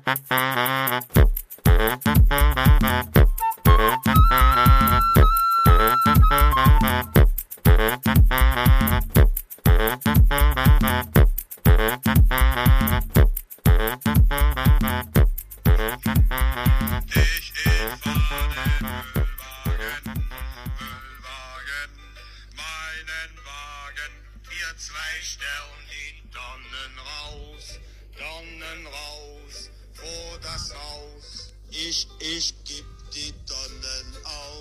Ich geb die Tonnen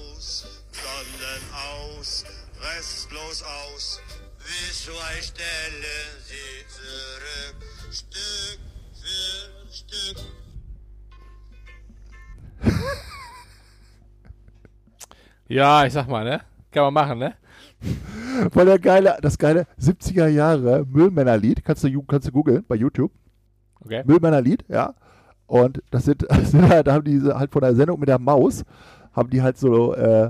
aus, restlos aus. Bis zwei stellen sie zurück, Stück für Stück. Ja, ich sag mal, ne? Kann man machen, ne? Voll das geile 70er Jahre Müllmännerlied, kannst du googeln bei YouTube. Okay. Müllmännerlied, ja. Und da haben die halt von der Sendung mit der Maus, haben die halt so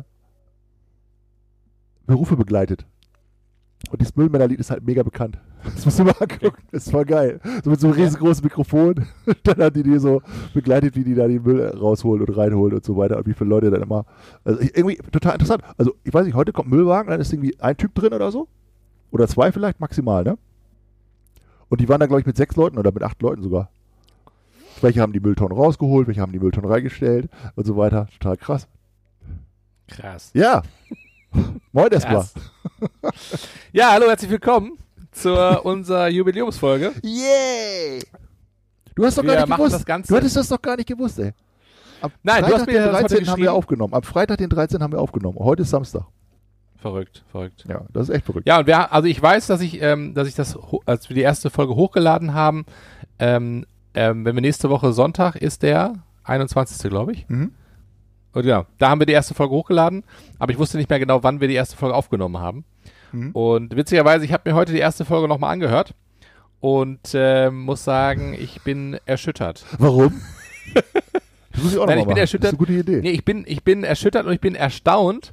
Berufe begleitet. Und dieses Müllmännerlied ist halt mega bekannt. Das musst du mal angucken, das ist voll geil. So mit so einem riesengroßen Mikrofon. Dann haben die so begleitet, wie die da den Müll rausholen und reinholen und so weiter. Und wie viele Leute dann immer. Also irgendwie total interessant. Also ich weiß nicht, heute kommt Müllwagen, dann ist irgendwie ein Typ drin oder so. Oder zwei vielleicht maximal, ne? Und die waren da, glaube ich, mit 6 Leuten oder mit 8 Leuten sogar. Welche haben die Mülltonnen rausgeholt, welche haben die Mülltonnen reingestellt und so weiter. Total krass. Krass. Ja. Moin erstmal. Ja, hallo, herzlich willkommen zu unserer Jubiläumsfolge. Yay! Du hast doch gar nicht gewusst. Du hattest das doch gar nicht gewusst, ey. Nein, Freitag, du hast mir den das heute 13. haben wir geschrieben. aufgenommen. Am Freitag, den 13. haben wir aufgenommen. Heute ist Samstag. Verrückt. Ja, das ist echt verrückt. Ja, und also ich weiß, dass ich das, als wir die erste Folge hochgeladen haben, wenn wir nächste Woche Sonntag ist der 21. glaube ich. Mhm. Und ja, da haben wir die erste Folge hochgeladen, aber ich wusste nicht mehr genau, wann wir die erste Folge aufgenommen haben. Mhm. Und witzigerweise, ich habe mir heute die erste Folge nochmal angehört und muss sagen, ich bin erschüttert. Warum? Das muss ich auch Nein, noch ich bin machen. erschüttert. Das ist eine gute Idee. Nee, ich bin erschüttert und ich bin erstaunt,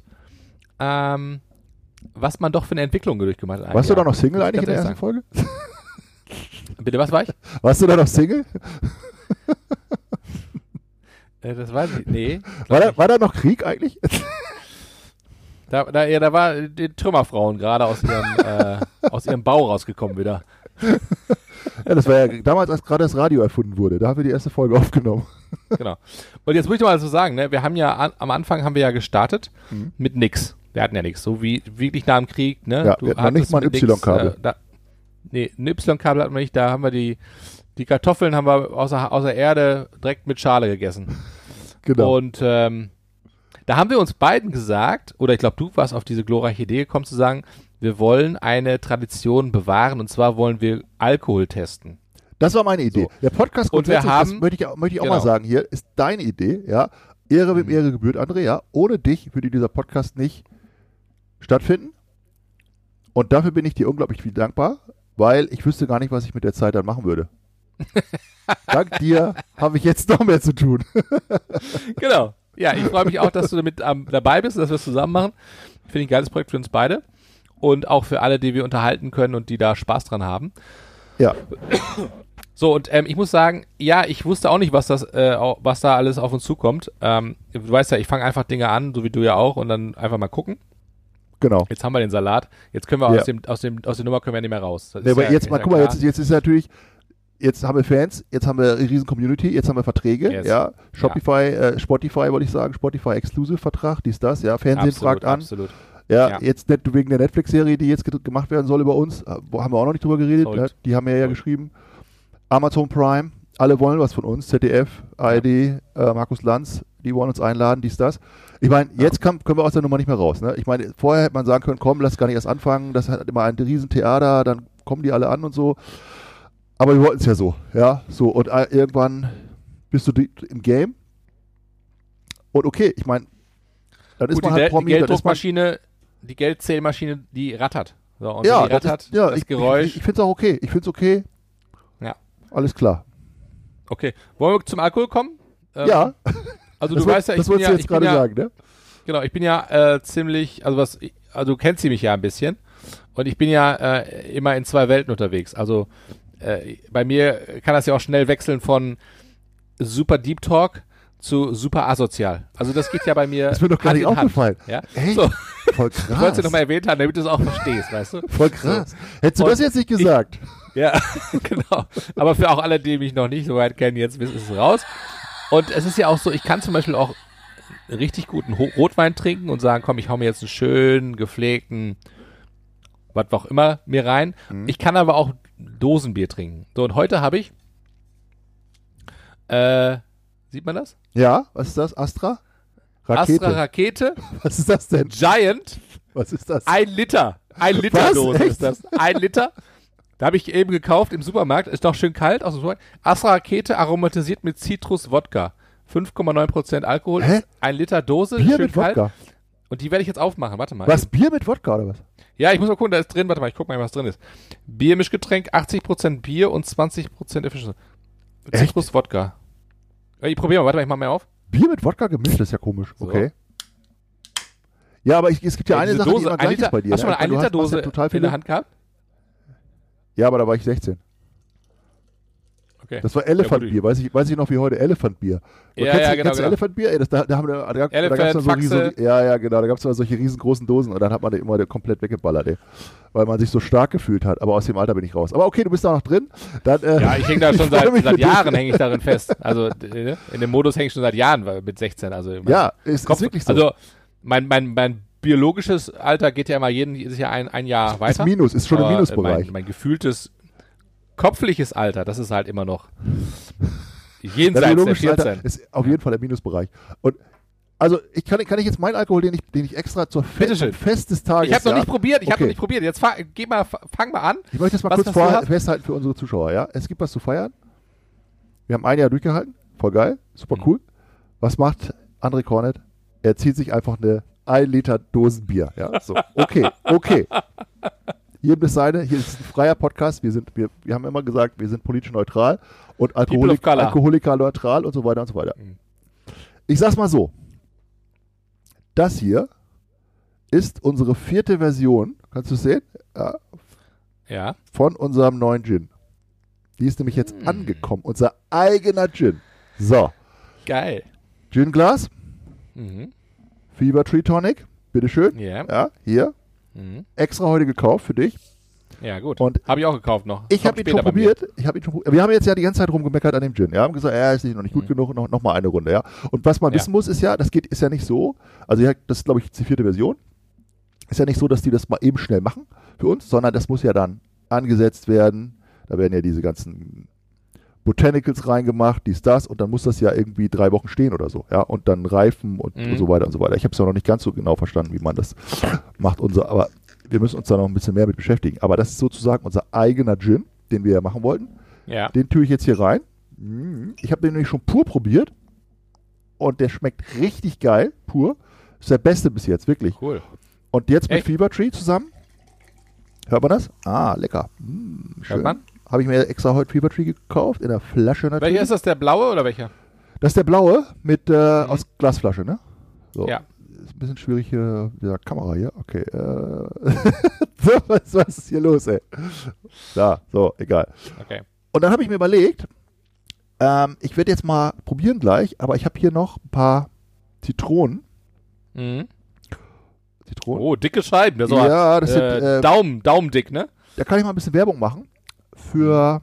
was man doch für eine Entwicklung durchgemacht hat. Warst du da noch Single eigentlich in der ganz ersten Folge? Bitte, was war ich? Warst du da noch Single? Das weiß ich. Nee. War da noch Krieg eigentlich? Da war die Trümmerfrauen gerade aus ihrem Bau rausgekommen wieder. Ja, das war ja damals, als gerade das Radio erfunden wurde. Da haben wir die erste Folge aufgenommen. Genau. Und jetzt muss ich mal so sagen, ne, wir haben ja am Anfang haben wir ja gestartet mit nix. Wir hatten ja nichts. So wie wirklich nach dem Krieg, ne? Ja, wir hatten noch nicht mal ein Y-Kabel. Nee, ein Y-Kabel hatten wir nicht. Da haben wir die Kartoffeln haben wir außer Erde direkt mit Schale gegessen. Genau. Und da haben wir uns beiden gesagt, oder ich glaube, du warst auf diese glorreiche Idee gekommen zu sagen, wir wollen eine Tradition bewahren und zwar wollen wir Alkohol testen. Das war meine Idee. So. Der Podcast Und wir grundsätzlich, haben, das möchte ich auch genau. mal sagen hier, ist deine Idee, ja. Ehre wem Ehre gebührt, André, ja. Ohne dich würde dieser Podcast nicht stattfinden. Und dafür bin ich dir unglaublich viel dankbar, weil ich wüsste gar nicht, was ich mit der Zeit dann machen würde. Dank dir habe ich jetzt noch mehr zu tun. Genau. Ja, ich freue mich auch, dass du damit dabei bist und dass wir es zusammen machen. Finde ich ein geiles Projekt für uns beide. Und auch für alle, die wir unterhalten können und die da Spaß dran haben. Ja. So, und ich muss sagen, ja, ich wusste auch nicht, was da alles auf uns zukommt. Du weißt ja, ich fange einfach Dinge an, so wie du ja auch, und dann einfach mal gucken. Genau. Jetzt haben wir den Salat. Jetzt können wir aus der Nummer können wir nicht mehr raus. Nee, aber jetzt mal, guck mal, jetzt ist natürlich, jetzt haben wir Fans, jetzt haben wir eine riesen Community, jetzt haben wir Verträge, Yes. ja. Shopify, Spotify wollte ich sagen, Spotify Exclusive-Vertrag, dies, das, ja. Fernsehen fragt an. Absolut. Ja, jetzt nicht wegen der Netflix-Serie, die jetzt gemacht werden soll über uns, haben wir auch noch nicht drüber geredet, ja, die haben ja geschrieben. Amazon Prime, alle wollen was von uns, ZDF, ARD, Markus Lanz, die wollen uns einladen, dies, das. Ich meine, jetzt können wir aus der Nummer nicht mehr raus. Ne? Ich meine, vorher hätte man sagen können, komm, lass gar nicht erst anfangen, das hat immer ein Riesentheater, dann kommen die alle an und so. Aber wir wollten es ja so, ja, so. Und irgendwann bist du im Game. Und okay, ich meine, dann ist man halt Promi. Die Gelddruckmaschine, die Geldzählmaschine, die rattert. So, und ja, die rattert, das Geräusch. Ich finde es auch okay. Ich finde es okay. Ja. Alles klar. Okay. Wollen wir zum Alkohol kommen? Ja. Also du weißt ja, das wolltest du jetzt gerade sagen, ne? Genau, ich bin ja ziemlich, also du kennst mich ja ein bisschen. Und ich bin ja immer in zwei Welten unterwegs. Also bei mir kann das ja auch schnell wechseln von super Deep Talk zu super asozial. Also das geht ja bei mir Das ist mir doch gar Hand nicht in Hand, aufgefallen. Ja? Echt? So, Voll ich wollte es krass. nochmal erwähnt haben, damit du es auch verstehst, weißt du? Voll krass. Hättest du Und das jetzt nicht gesagt? Ja, genau. Aber für auch alle, die mich noch nicht so weit kennen, jetzt ist es raus. Und es ist ja auch so, ich kann zum Beispiel auch einen richtig guten Rotwein trinken und sagen, komm, ich hau mir jetzt einen schönen, gepflegten, was auch immer, mir rein. Ich kann aber auch Dosenbier trinken. So, und heute habe ich, sieht man das? Ja, was ist das? Astra? Rakete. Astra Rakete, Was ist das denn? Giant, Was ist das? 1 Liter. 1 Liter Was? Dose Echt? ist das. 1 Liter. Da habe ich eben gekauft im Supermarkt. Ist noch schön kalt aus dem Supermarkt. Astra Rakete aromatisiert mit Zitrus-Wodka. 5,9% Alkohol. Hä? 1 Liter Dose. Bier schön mit Wodka. Und die werde ich jetzt aufmachen. Warte mal. Was? Bier mit Wodka oder was? Ja, ich muss mal gucken, da ist drin. Warte mal, ich guck mal, was drin ist. Biermischgetränk, 80% Bier und 20% Efficiency. Echt? Zitrus-Wodka. Ja, ich probiere mal. Warte mal, ich mach mal auf. Bier mit Wodka gemischt, das ist ja komisch. So. Okay. Ja, aber es gibt ja eine diese Sache, Dose, die immer 1 gleich Liter, ist bei dir. hast du mal eine 1 Du Liter machst Dose ja total in viele. der Hand gehabt? Ja, aber da war ich 16. Okay. Das war Elefantbier, weiß ich noch wie heute, Elefantbier. Ja, Kennst ja, du genau. Elefantbier? Ey, da gab's Elephant, dann so Faxe. ja, genau, da gab es solche riesengroßen Dosen und dann hat man die immer komplett weggeballert, ey. Weil man sich so stark gefühlt hat, aber aus dem Alter bin ich raus. Aber okay, du bist da noch drin. Dann, Ja, ich hänge da schon freu mich für seit dich. Jahren hänge ich darin fest. Also in dem Modus hänge ich schon seit Jahren mit 16. Also Ja, ist wirklich so. Also mein biologisches Alter geht ja immer jedes Jahr ein Jahr weiter. ist schon im Aber, Minusbereich. Mein gefühltes kopfliches Alter, das ist halt immer noch Dein jenseits der biologisches 14. Alter ist auf jeden Fall im Minusbereich. Und also kann ich jetzt meinen Alkohol, den ich extra zur Bitteschön. Fest des Tages. Ich habe noch nicht probiert, Okay. Jetzt fang mal an. Ich möchte das mal Was kurz hast du gehabt? festhalten für unsere Zuschauer, ja? Es gibt was zu feiern. Wir haben ein Jahr durchgehalten. Voll geil. Super cool. Was macht André Kornet? Er zieht sich einfach eine 1 Liter Dosenbier. Ja, so. Okay. Jedem das seine. Hier ist ein freier Podcast. Wir haben immer gesagt, wir sind politisch neutral und of color. Alkoholiker neutral und so weiter und so weiter. Ich sag's mal so. Das hier ist unsere 4. Version. Kannst du es sehen? Ja, Ja. von unserem neuen Gin. Die ist nämlich jetzt angekommen. Unser eigener Gin. So. Geil. Gin-Glas. Mhm. Fever Tree Tonic. Bitteschön. Ja. Ja, hier. Mhm. Extra heute gekauft für dich. Ja, gut. Und Habe ich auch gekauft noch. ich habe Kommt ihn schon später bei mir. probiert. Wir haben jetzt ja die ganze Zeit rumgemeckert an dem Gin. Ja, haben gesagt, ist noch nicht gut genug, noch mal eine Runde. Ja. Und was man Ja. wissen muss, ist ja, ist ja nicht so. Also das ist, glaube ich, die 4. Version. Ist ja nicht so, dass die das mal eben schnell machen für uns, sondern das muss ja dann angesetzt werden. Da werden ja diese ganzen Botanicals reingemacht, das und dann muss das ja irgendwie 3 Wochen stehen oder so, ja, und dann reifen und so weiter und so weiter. Ich habe es ja noch nicht ganz so genau verstanden, wie man das macht, aber wir müssen uns da noch ein bisschen mehr mit beschäftigen. Aber das ist sozusagen unser eigener Gin, den wir ja machen wollten. Ja. Den tue ich jetzt hier rein. Ich habe den nämlich schon pur probiert und der schmeckt richtig geil, pur. Ist der beste bis jetzt, wirklich. Cool. Und jetzt mit Echt? Fever Tree zusammen. Hört man das? Ah, lecker. Schön. Hört man? Habe ich mir extra heute Fever Tree gekauft, in der Flasche natürlich. Welcher ist das, der blaue oder welcher? Das ist der blaue mit aus Glasflasche, ne? So. Ja. Ist ein bisschen schwierig hier, dieser Kamera hier. Okay. So, was ist hier los, ey? Da, so, egal. Okay. Und dann habe ich mir überlegt, ich werde jetzt mal probieren gleich, aber ich habe hier noch ein paar Zitronen. Mhm. Zitronen? Oh, dicke Scheiben. Das Ja, das sind, Daumendick, ne? Da kann ich mal ein bisschen Werbung machen für,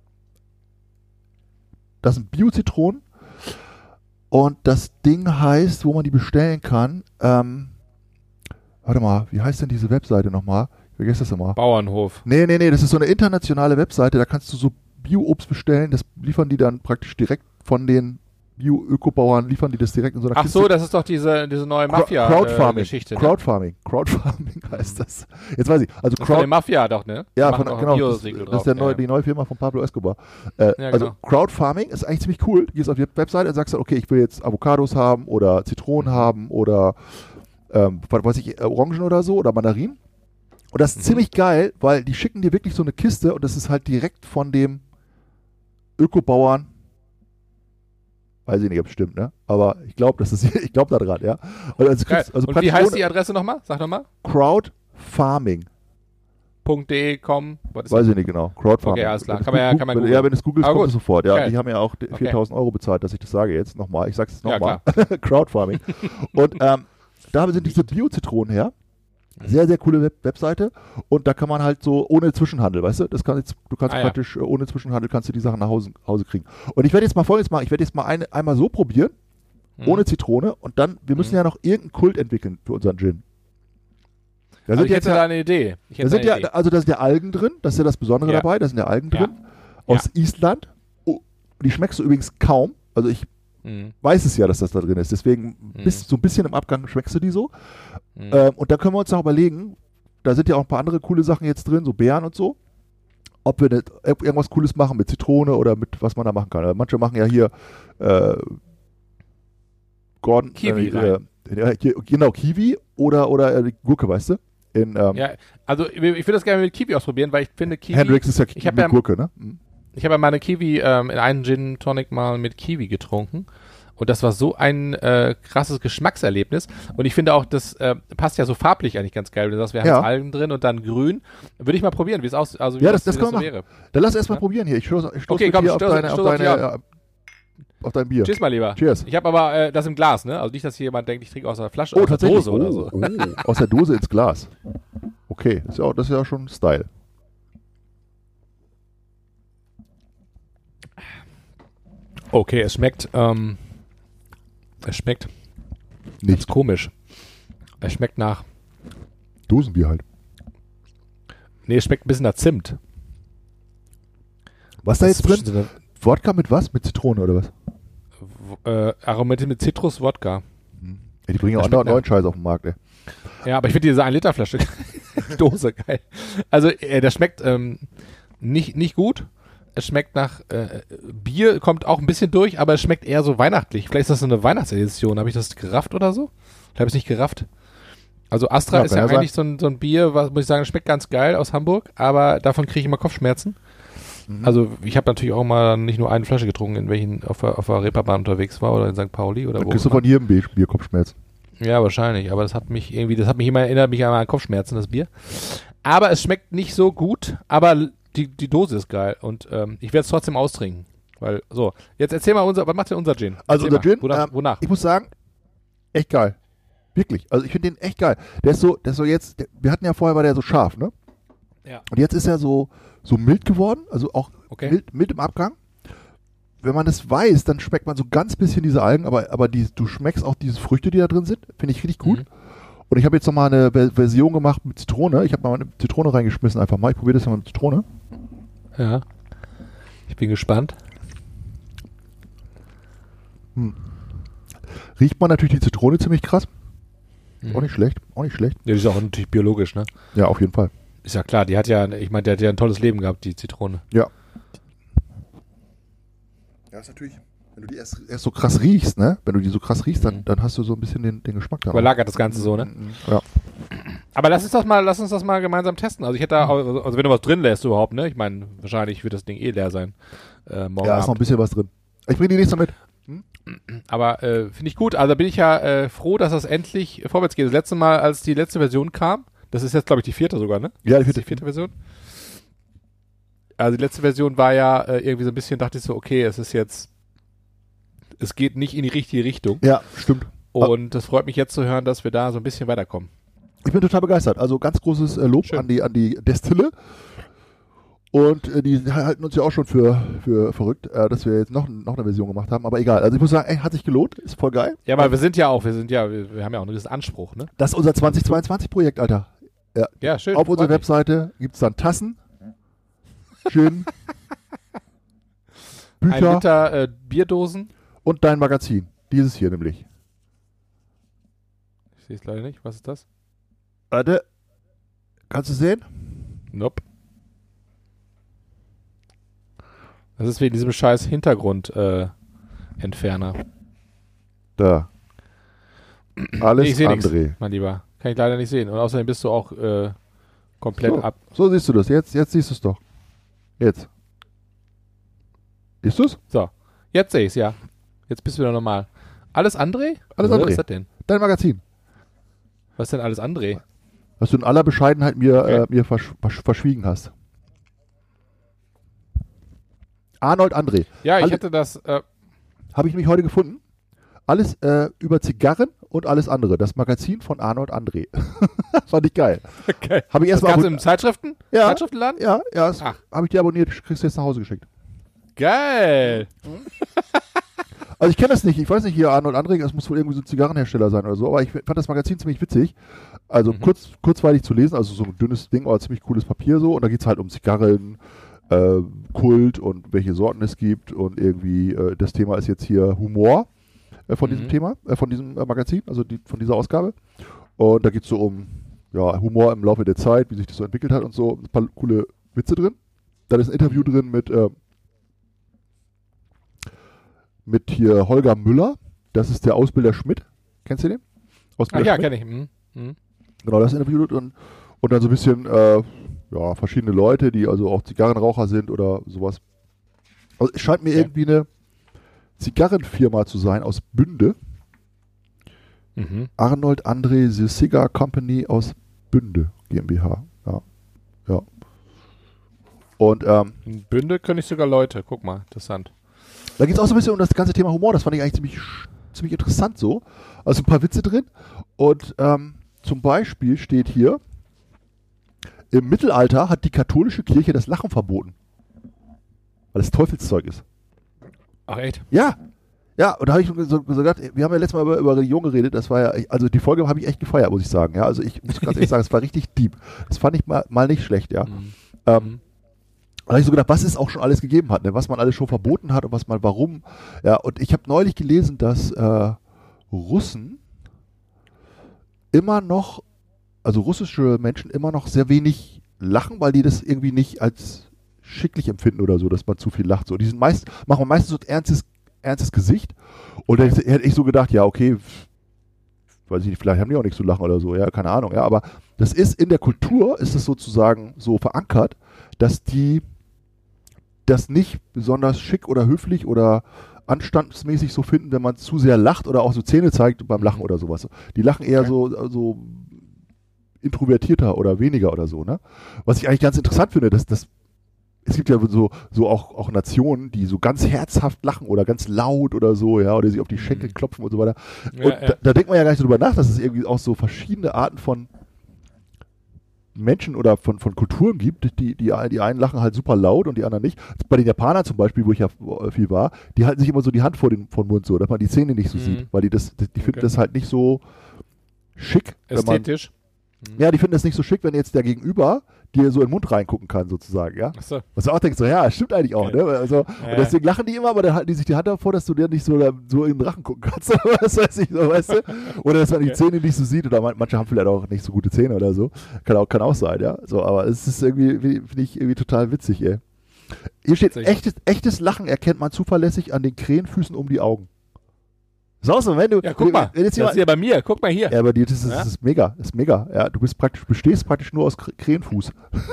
das sind Bio-Zitronen und das Ding heißt, wo man die bestellen kann, warte mal, wie heißt denn diese Webseite nochmal? Ich vergesse das immer. Bauernhof. Nee, das ist so eine internationale Webseite, da kannst du so Bio-Obst bestellen, das liefern die dann praktisch direkt von den Bio-Öko-Bauern, liefern die das direkt in so einer Ach Kiste. so, das ist doch diese neue Crowdfarming. Mafia-Geschichte. Ne? Crowdfarming heißt das. Jetzt weiß ich. Also Das ist von der Mafia doch, ne? Die Ja, machen von, doch ein genau. Biosiegel Das ist drauf. die neue Firma von Pablo Escobar. genau. Also Crowdfarming ist eigentlich ziemlich cool. Du gehst auf die Webseite und sagst dann, okay, ich will jetzt Avocados haben oder Zitronen haben oder Orangen oder so oder Mandarinen. Und das ist ziemlich geil, weil die schicken dir wirklich so eine Kiste und das ist halt direkt von dem Ökobauern. Weiß ich nicht, ob es stimmt, ne? Aber ich glaube da dran, ja. Und, Geil. Und wie heißt die Adresse nochmal? Sag nochmal. Crowdfarming.com. crowdfarming.de kommen? Weiß ich nicht genau. Crowdfarming. Okay, alles klar. Kann man Wenn du es googelst, kommt es sofort. Ja, Okay. die haben ja auch 4.000 Euro bezahlt, dass ich das sage jetzt nochmal. Ich sage es Ja, nochmal. Crowdfarming. Und da sind diese Bio-Zitronen her. Sehr, sehr coole Webseite. Und da kann man halt so ohne Zwischenhandel, weißt du? Du kannst praktisch ohne Zwischenhandel kannst du die Sachen nach Hause kriegen. Und ich werde jetzt mal Folgendes machen. Ich werde jetzt mal einmal so probieren, ohne Zitrone. Und dann, wir müssen ja noch irgendeinen Kult entwickeln für unseren Gin. Also ich hätte da eine Idee. Da sind ja Algen drin. Das ist ja das Besondere dabei. Da sind ja Algen drin. Aus Island. Oh, die schmeckst du übrigens kaum. Also ich weiß es ja, dass das da drin ist. Deswegen so ein bisschen im Abgang schmeckst du die so. Und da können wir uns noch überlegen, da sind ja auch ein paar andere coole Sachen jetzt drin, so Beeren und so, ob wir irgendwas Cooles machen mit Zitrone oder mit was man da machen kann. Manche machen ja hier Gordon, Kiwi genau, Kiwi oder Gurke, weißt du? Ja, also ich würde das gerne mit Kiwi ausprobieren, weil ich finde Kiwi... Hendrix ist ja mit Gurke, ne? Ich habe ja meine Kiwi in einen Gin Tonic mal mit Kiwi getrunken und das war so ein krasses Geschmackserlebnis und ich finde auch, das passt ja so farblich eigentlich ganz geil. Du sagst, wir haben jetzt Algen drin und dann grün. Würde ich mal probieren, wie es aussieht, also wie das kann man so wäre. Dann lass erst mal probieren hier. Ich stoße auf dein Bier. Cheers mal lieber. Cheers. Ich habe aber das im Glas, ne? Also nicht, dass hier jemand denkt, ich trinke aus der Flasche, aus der Dose oder so. Aus der Dose ins Glas. Okay, das ist ja schon Style. Okay, es schmeckt Nichts komisch. Es schmeckt nach... Dosenbier halt. Nee, es schmeckt ein bisschen nach Zimt. Was da jetzt drin? Wodka mit was? Mit Zitrone oder was? Aromatiert mit Zitrus, Wodka. Ja, die bringen auch andauernd neuen Scheiß auf den Markt, ey. Ja, aber ich finde diese 1-Liter-Flasche Dose geil. Also, der schmeckt nicht gut. Es schmeckt nach Bier, kommt auch ein bisschen durch, aber es schmeckt eher so weihnachtlich. Vielleicht ist das so eine Weihnachtsedition. Habe ich das gerafft oder so? Ich habe es nicht gerafft. Also Astra ist ja eigentlich so ein Bier, was muss ich sagen, schmeckt ganz geil aus Hamburg, aber davon kriege ich immer Kopfschmerzen. Also ich habe natürlich auch mal nicht nur eine Flasche getrunken, in welchen auf der Reeperbahn unterwegs war oder in St. Pauli oder wo. Kriegst du von jedem Bier Kopfschmerzen? Ja, wahrscheinlich, aber das hat mich immer erinnert mich an Kopfschmerzen, das Bier. Aber es schmeckt nicht so gut, aber die Dose ist geil und ich werde es trotzdem austrinken. Weil, so, jetzt erzähl mal, was macht denn unser Gin? Also unser Gin, wonach? Ich muss sagen, echt geil. Wirklich, also ich finde den echt geil. Der ist so jetzt, wir hatten ja vorher, war der so scharf, ne? Ja. Und jetzt ist er so mild geworden, also auch okay. mild im Abgang. Wenn man das weiß, dann schmeckt man so ganz bisschen diese Algen, aber du schmeckst auch diese Früchte, die da drin sind. Finde ich richtig gut. Und ich habe jetzt nochmal eine Version gemacht mit Zitrone. Ich habe mal eine Zitrone reingeschmissen einfach mal. Ich probiere das mal mit Zitrone. Ja. Ich bin gespannt. Riecht man natürlich die Zitrone ziemlich krass. Auch nicht schlecht, Ja, die ist auch natürlich biologisch, ne? Ja, auf jeden Fall. Ist ja klar, der hat ja ein tolles Leben gehabt, die Zitrone. Ja. Ja, ist natürlich, wenn du die erst so krass riechst, ne? Wenn du die so krass riechst, dann hast du so ein bisschen den Geschmack da. Überlagert das Ganze so, ne? Ja. Aber lass uns das mal gemeinsam testen. Also ich hätte da, also wenn du was drin lässt überhaupt, ne? Ich meine, wahrscheinlich wird das Ding eh leer sein. Morgen ja, ist noch ein bisschen was drin. Ich bringe die nächste mit. Aber finde ich gut. Also bin ich ja froh, dass das endlich vorwärts geht. Das letzte Mal, als die letzte Version kam, das ist jetzt, glaube ich, die 4. sogar, ne? Ja, die 4. Version. Also die letzte Version war ja irgendwie so ein bisschen, dachte ich so, okay, es geht nicht in die richtige Richtung. Ja, stimmt. Und das freut mich jetzt zu hören, dass wir da so ein bisschen weiterkommen. Ich bin total begeistert. Also ganz großes Lob an die Destille. Und die halten uns ja auch schon für verrückt, dass wir jetzt noch eine Version gemacht haben. Aber egal. Also ich muss sagen, hat sich gelohnt. Ist voll geil. Ja, aber wir haben ja auch einen gewissen Anspruch, ne? Das ist unser 2022-Projekt, Alter. Ja, schön. Auf unserer Webseite gibt es dann Tassen, Gin, Bücher. 1 Liter Bierdosen. Und dein Magazin. Dieses hier nämlich. Ich sehe es leider nicht. Was ist das? Warte. Kannst du sehen? Nope. Das ist wegen diesem scheiß Hintergrund-Entferner. Da. Alles ich sehe André. Nix, mein Lieber. Kann ich leider nicht sehen. Und außerdem bist du auch komplett so. ab. So siehst du das. Jetzt siehst du es doch. Jetzt. Siehst du es? So. Jetzt sehe ich es, ja. Jetzt bist du wieder normal. Alles André? Alles Was André. ist das denn? Dein Magazin. Was ist denn alles André? Was du in aller Bescheidenheit mir verschwiegen hast. Arnold André. Ja, ich hätte das... Habe ich nämlich heute gefunden. Alles über Zigarren und alles andere. Das Magazin von Arnold André. Fand ich geil. Okay. Habe ich erstmal im Zeitschriften? Ja. Zeitschriftenladen? Ja, habe ich dir abonniert, kriegst du jetzt nach Hause geschickt. Geil. Also ich kenne das nicht, ich weiß nicht, hier Arnold André, das muss wohl irgendwie so ein Zigarrenhersteller sein oder so, aber ich fand das Magazin ziemlich witzig. Also kurzweilig zu lesen, also so ein dünnes Ding, aber ziemlich cooles Papier so, und da geht es halt um Zigarren, Kult und welche Sorten es gibt, und irgendwie das Thema ist jetzt hier Humor von diesem Thema, von diesem Magazin, also von dieser Ausgabe. Und da geht es so um Humor im Laufe der Zeit, wie sich das so entwickelt hat und so, ein paar coole Witze drin. Da ist ein Interview drin mit hier Holger Müller, das ist der Ausbilder Schmidt. Kennst du den? Ausbilder Schmidt? Kenne ich. Genau, das Interview und dann so ein bisschen verschiedene Leute, die also auch Zigarrenraucher sind oder sowas. Also es scheint mir irgendwie eine Zigarrenfirma zu sein aus Bünde. Arnold André The Cigar Company aus Bünde GmbH. Ja. Und in Bünde können ich sogar Leute. Guck mal, interessant. Da geht es auch so ein bisschen um das ganze Thema Humor. Das fand ich eigentlich ziemlich interessant so. Also ein paar Witze drin. Und zum Beispiel steht hier, im Mittelalter hat die katholische Kirche das Lachen verboten. Weil es Teufelszeug ist. Ach echt? Ja. Ja, und da habe ich so gedacht, wir haben ja letztes Mal über Religion geredet, das war ja, also die Folge habe ich echt gefeiert, muss ich sagen. Ja, also ich muss ganz ehrlich sagen, es war richtig deep. Das fand ich mal nicht schlecht, ja. Da habe ich so gedacht, was es auch schon alles gegeben hat, ne? Was man alles schon verboten hat und was man warum. Ja, und ich habe neulich gelesen, dass Russen immer noch, also russische Menschen immer noch sehr wenig lachen, weil die das irgendwie nicht als schicklich empfinden oder so, dass man zu viel lacht. So, die sind machen meistens so ein ernstes Gesicht. Und dann hätte ich so gedacht, ja, okay, weiß ich nicht, vielleicht haben die auch nichts zu lachen oder so, ja, keine Ahnung, ja, aber das ist in der Kultur, ist es sozusagen so verankert, dass die das nicht besonders schick oder höflich oder anstandsmäßig so finden, wenn man zu sehr lacht oder auch so Zähne zeigt beim Lachen oder sowas. Die lachen eher so introvertierter oder weniger oder so, ne? Was ich eigentlich ganz interessant finde, es gibt ja so auch Nationen, die so ganz herzhaft lachen oder ganz laut oder so, ja, oder sich auf die Schenkel klopfen und so weiter. Und da denkt man ja gar nicht so drüber nach, dass es irgendwie auch so verschiedene Arten von Menschen oder von Kulturen gibt, die einen lachen halt super laut und die anderen nicht. Bei den Japanern zum Beispiel, wo ich ja viel war, die halten sich immer so die Hand vor den Mund so, dass man die Zähne nicht so sieht, weil die finden das halt nicht so schick. Ästhetisch? Ja, die finden das nicht so schick, wenn jetzt der Gegenüber dir so in den Mund reingucken kann, sozusagen, ja. Achso. Was du auch denkst, so, ja, stimmt eigentlich auch, ne? Also, und deswegen lachen die immer, aber dann halten die sich die Hand davor, dass du dir nicht so in den Rachen gucken kannst, was weiß ich, so, weißt du? Oder dass man die Zähne nicht so sieht, oder manche haben vielleicht auch nicht so gute Zähne oder so. Kann auch sein, ja. So, aber es ist irgendwie, finde ich irgendwie total witzig, ey. Hier steht, echtes Lachen erkennt man zuverlässig an den Krähenfüßen um die Augen. So, wenn du. Ja, guck mal, das ist ja bei mir, guck mal hier. Ja, bei dir, das ist mega, Ja, du bestehst praktisch nur aus Krähenfuß.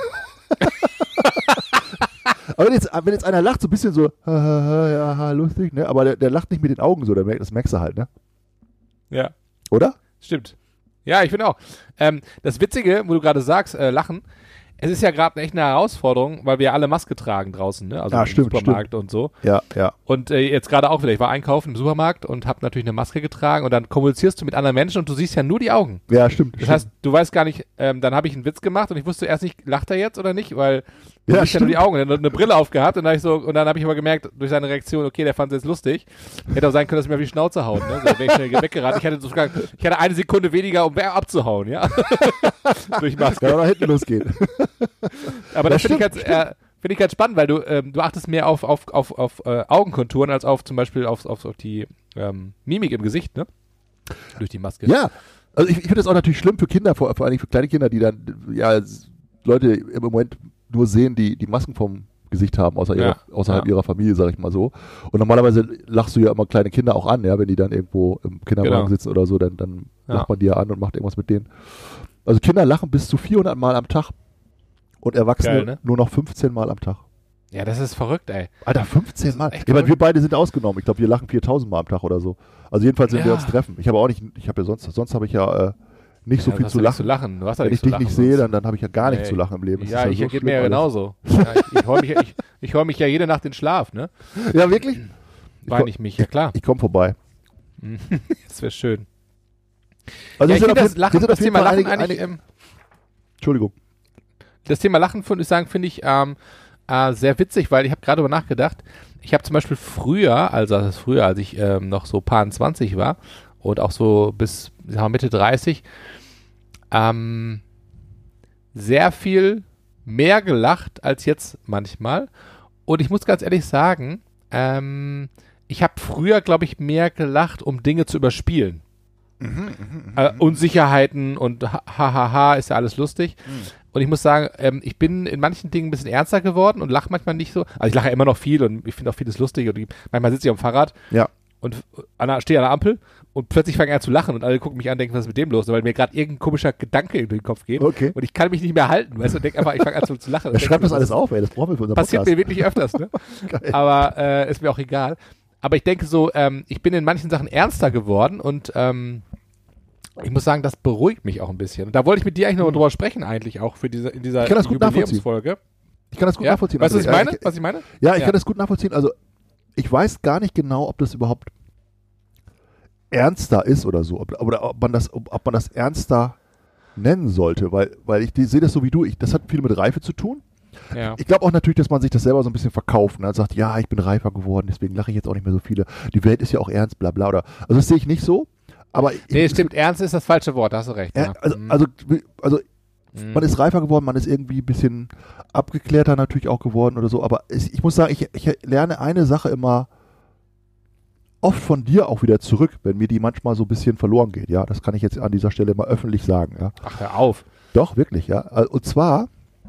Aber wenn jetzt einer lacht, so ein bisschen so, ja, lustig, ne? Aber der lacht nicht mit den Augen so, das merkst du halt, ne? Ja. Oder? Stimmt. Ja, ich finde auch. Das Witzige, wo du gerade sagst, Lachen, es ist ja gerade echt eine Herausforderung, weil wir alle Maske tragen draußen, ne? Also im Supermarkt und so. Ja. Und jetzt gerade auch wieder, ich war einkaufen im Supermarkt und habe natürlich eine Maske getragen und dann kommunizierst du mit anderen Menschen und du siehst ja nur die Augen. Ja, stimmt. Das heißt, du weißt gar nicht, dann habe ich einen Witz gemacht und ich wusste erst nicht, lacht er jetzt oder nicht, weil du siehst ja nur die Augen. Er hat eine Brille aufgehabt und dann habe ich aber gemerkt, durch seine Reaktion, okay, der fand es jetzt lustig. Hätte auch sein können, dass er mir auf die Schnauze haut, ne? So, wäre ich schnell weggerannt. Ich hatte eine Sekunde weniger, um abzuhauen, ja. Durch Maske. Ja, oder hinten losgeht. Aber das finde ich ganz spannend, weil du achtest mehr auf Augenkonturen als auf zum Beispiel auf die Mimik im Gesicht, ne? Durch die Maske. Ja, also ich finde das auch natürlich schlimm für Kinder, vor allem für kleine Kinder, die dann, ja, Leute im Moment nur sehen, die Masken vom Gesicht haben, außerhalb ihrer Familie, sag ich mal so. Und normalerweise lachst du ja immer kleine Kinder auch an, ja, wenn die dann irgendwo im Kinderwagen sitzen oder so, dann lacht man die ja an und macht irgendwas mit denen. Also Kinder lachen bis zu 400 Mal am Tag und Erwachsene nur noch 15 Mal am Tag. Ja, das ist verrückt, ey. Alter, 15 Mal. Ja, weil wir beide sind ausgenommen. Ich glaube, wir lachen 4000 Mal am Tag oder so. Also jedenfalls, wenn wir uns treffen. Sonst habe ich ja nicht so Ja, viel hast zu du nicht lachen. zu lachen. Du hast ja Wenn ich nichts zu dich lachen nicht sehe, sonst. dann habe ich ja gar nichts Nee. zu lachen im Leben. Das Ja, ist ich so geht schlimm mir ja alles. genauso. Ja, ich heul mich ja jede Nacht in Schlaf, ne? Ja, wirklich? Weine ich mich, ja klar. Ich komme vorbei. Das wäre schön. Also Ja, ich hier finde sind das auf jeden- hier Lachen, sind das auf jeden Thema Fall Lachen einige- eigentlich, Entschuldigung. das Thema Lachen, würde ich sagen, finde ich sehr witzig, weil ich habe gerade darüber nachgedacht, ich habe zum Beispiel früher, als ich noch so paar 20 war und auch so bis sagen wir, Mitte 30, sehr viel mehr gelacht als jetzt manchmal. Und ich muss ganz ehrlich sagen, ich habe früher, glaube ich, mehr gelacht, um Dinge zu überspielen. Unsicherheiten und hahaha, ist ja alles lustig. Und ich muss sagen, ich bin in manchen Dingen ein bisschen ernster geworden und lache manchmal nicht so. Also ich lache ja immer noch viel und ich finde auch vieles lustig. Und manchmal sitze ich auf dem Fahrrad Ja. und stehe an der Ampel und plötzlich fange ich an zu lachen und alle gucken mich an und denken, was ist mit dem los? Weil mir gerade irgendein komischer Gedanke in den Kopf geht. Okay. Und ich kann mich nicht mehr halten, weißt du, und denke einfach, ich fange an zu lachen. Er schreibt das alles auf, ey. Das brauchen wir für unseren Passiert Podcast. mir wirklich öfters, ne? Geil. Aber ist mir auch egal. Aber ich denke so, ich bin in manchen Sachen ernster geworden und ich muss sagen, das beruhigt mich auch ein bisschen. Und da wollte ich mit dir eigentlich noch drüber sprechen, eigentlich auch in dieser Ich kann das gut Jubiläumsfolge. Ich kann das gut Ja? nachvollziehen. Weißt du, was ich Also, meine? Was ich meine? Ja, ich Ja. kann das gut nachvollziehen. Also, ich weiß gar nicht genau, ob das überhaupt ernster ist oder so. Ob man das ernster nennen sollte. Weil ich sehe das so wie du. Das hat viel mit Reife zu tun. Ja. Ich glaube auch natürlich, dass man sich das selber so ein bisschen verkauft. Ne? Und sagt, ja, ich bin reifer geworden, deswegen lache ich jetzt auch nicht mehr so viele. Die Welt ist ja auch ernst, bla bla. Also das sehe ich nicht so. Aber Nee, stimmt, ernst ist das falsche Wort, da hast du recht. Ja. Also man ist reifer geworden, man ist irgendwie ein bisschen abgeklärter natürlich auch geworden oder so. Aber ich muss sagen, ich lerne eine Sache immer oft von dir auch wieder zurück, wenn mir die manchmal so ein bisschen verloren geht. Ja, das kann ich jetzt an dieser Stelle mal öffentlich sagen. Ja. Ach, hör auf. Doch, wirklich, ja. Und zwar,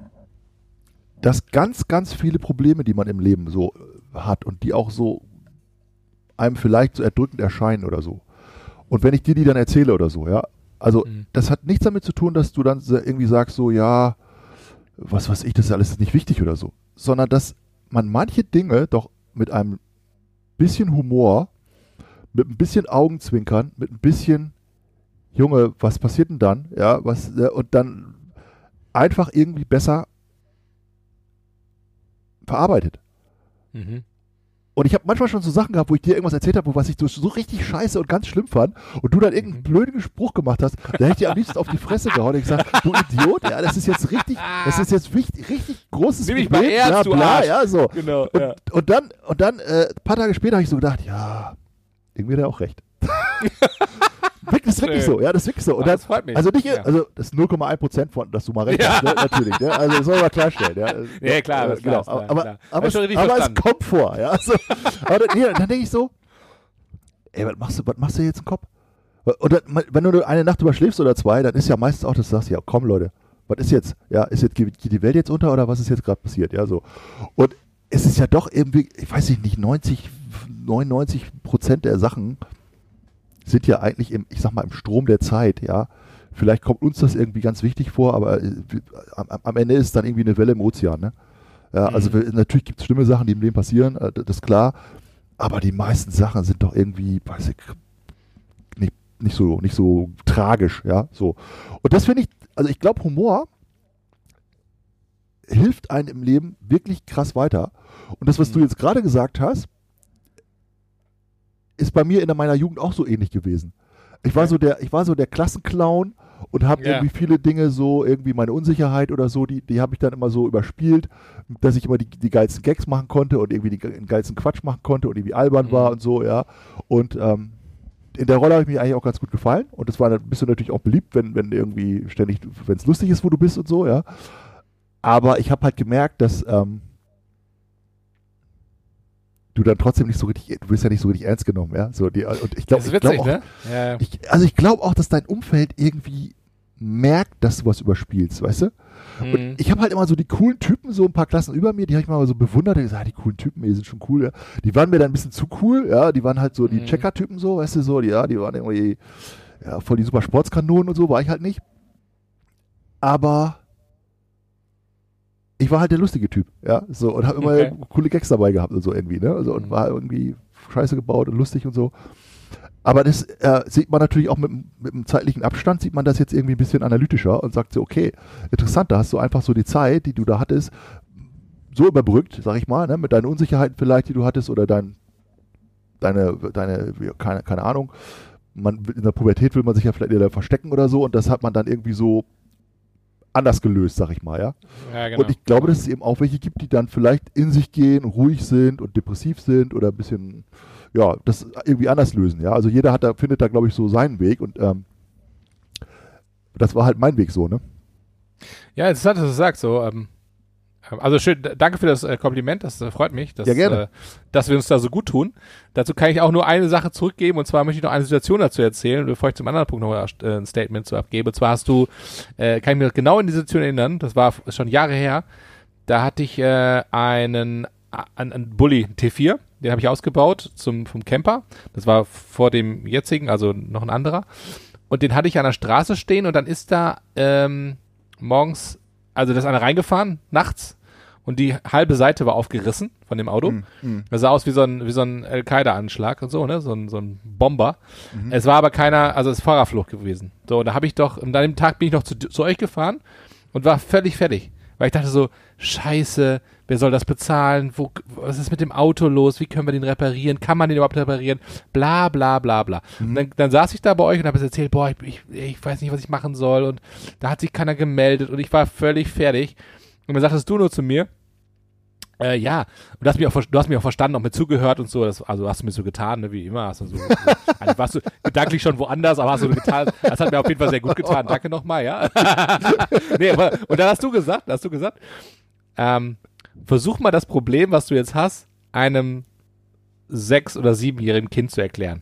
dass ganz, ganz viele Probleme, die man im Leben so hat und die auch so einem vielleicht so erdrückend erscheinen oder so. Und wenn ich dir die dann erzähle oder so, ja, also das hat nichts damit zu tun, dass du dann irgendwie sagst so, ja, was weiß ich, das ist alles nicht wichtig oder so, sondern dass man manche Dinge doch mit einem bisschen Humor, mit ein bisschen Augenzwinkern, mit ein bisschen, Junge, was passiert denn dann, ja, und dann einfach irgendwie besser verarbeitet. Mhm. Und ich habe manchmal schon so Sachen gehabt, wo ich dir irgendwas erzählt habe, was ich so richtig scheiße und ganz schlimm fand und du dann irgendeinen blöden Spruch gemacht hast, da hätte ich dir am liebsten auf die Fresse gehauen und gesagt, du Idiot, ja, das ist jetzt richtig großes Nimm mich mal ernst, du Arsch. ja, so. Genau, Und, ja. und dann ein paar Tage später habe ich so gedacht, ja, irgendwie hat er auch recht. Das ist wirklich Schön. so, ja, das ist wirklich so. Und Ach, dann, das freut mich. also nicht, Ja. also das ist 0,1% von, dass du mal recht Ja. hast, ne? Natürlich, ne? Also das soll man mal klarstellen, ja. Ja, klar, das ist genau. klar, aber, klar. aber, Hab ich schon es, richtig aber es verstanden. kommt vor, ja. Also, aber dann denke ich so, ey, was machst du jetzt im Kopf? Und dann, wenn du eine Nacht überschläfst oder zwei, dann ist ja meistens auch, dass du sagst, ja komm Leute, was ist jetzt? Ja, geht die Welt jetzt unter oder was ist jetzt gerade passiert? Ja, so. Und es ist ja doch irgendwie, ich weiß nicht, 99% der Sachen sind ja eigentlich im Strom der Zeit, ja. Vielleicht kommt uns das irgendwie ganz wichtig vor, aber am Ende ist es dann irgendwie eine Welle im Ozean, ne? Ja, also natürlich gibt es schlimme Sachen, die im Leben passieren, das ist klar, aber die meisten Sachen sind doch irgendwie, weiß ich, nicht so tragisch, ja, so. Und das finde ich, also ich glaube, Humor hilft einem im Leben wirklich krass weiter. Und das, was du jetzt gerade gesagt hast, ist bei mir in meiner Jugend auch so ähnlich gewesen. Ich war so der Klassenclown und habe irgendwie viele Dinge so, irgendwie meine Unsicherheit oder so, die habe ich dann immer so überspielt, dass ich immer die geilsten Gags machen konnte und irgendwie den geilsten Quatsch machen konnte und irgendwie albern war und so, ja. Und in der Rolle habe ich mich eigentlich auch ganz gut gefallen und bist du natürlich auch beliebt, wenn irgendwie ständig, wenn es lustig ist, wo du bist und so, ja. Aber ich habe halt gemerkt, dass du dann trotzdem nicht so richtig, du wirst ja nicht so richtig ernst genommen, ja. So, und ich glaube, Das ist witzig, ne? Ja. ich glaube auch, dass dein Umfeld irgendwie merkt, dass du was überspielst, weißt du? Und ich habe halt immer so die coolen Typen, so ein paar Klassen über mir, die habe ich mal so bewundert und gesagt, die coolen Typen, die sind schon cool, ja. Die waren mir dann ein bisschen zu cool, ja, die waren halt so die Checker-Typen so, weißt du, so, die waren irgendwie, ja, voll die super Sportskanonen und so, war ich halt nicht. Aber ich war halt der lustige Typ, ja, so, und habe immer coole Gags dabei gehabt und so irgendwie, ne, also, und war irgendwie scheiße gebaut und lustig und so. Aber das sieht man natürlich auch mit dem zeitlichen Abstand, sieht man das jetzt irgendwie ein bisschen analytischer und sagt so, okay, interessant, da hast du einfach so die Zeit, die du da hattest, so überbrückt, sag ich mal, ne, mit deinen Unsicherheiten vielleicht, die du hattest oder deine keine Ahnung, in der Pubertät will man sich ja vielleicht eher verstecken oder so und das hat man dann irgendwie so anders gelöst, sag ich mal, ja. Ja, genau. Und ich glaube, dass es eben auch welche gibt, die dann vielleicht in sich gehen, ruhig sind und depressiv sind oder ein bisschen, ja, das irgendwie anders lösen, ja. Also jeder findet da, glaube ich, so seinen Weg und das war halt mein Weg so, ne? Ja, interessant, dass du sagst, so, also schön, danke für das Kompliment, das freut mich, dass, ja, gerne. Dass wir uns da so gut tun. Dazu kann ich auch nur eine Sache zurückgeben und zwar möchte ich noch eine Situation dazu erzählen, bevor ich zum anderen Punkt noch ein Statement zu abgebe. Und zwar hast du, kann ich mich genau in die Situation erinnern, das war schon Jahre her, da hatte ich einen Bulli T4, den habe ich ausgebaut vom Camper, das war vor dem jetzigen, also noch ein anderer und den hatte ich an der Straße stehen und dann ist da morgens, also da ist einer reingefahren, nachts, und die halbe Seite war aufgerissen von dem Auto. Das sah aus wie so ein Al-Qaida-Anschlag und so, ne, so ein Bomber. Es war aber keiner, also es ist Fahrerflucht gewesen. So, und da habe ich doch, und an dem Tag bin ich noch zu euch gefahren und war völlig fertig. Weil ich dachte so, scheiße, wer soll das bezahlen? Was ist mit dem Auto los? Wie können wir den reparieren? Kann man den überhaupt reparieren? Bla, bla, bla, bla. Und dann saß ich da bei euch und habe es erzählt, boah, ich weiß nicht, was ich machen soll. Und da hat sich keiner gemeldet und ich war völlig fertig. Und dann sagtest du nur zu mir, ja, und du hast mich auch verstanden, auch mit zugehört und so, also hast du mir so getan, ne, wie immer, also warst du gedanklich schon woanders, aber hast du getan, das hat mir auf jeden Fall sehr gut getan, danke nochmal, ja. Nee, und dann hast du gesagt, versuch mal das Problem, was du jetzt hast, einem 6- oder 7-jährigen Kind zu erklären.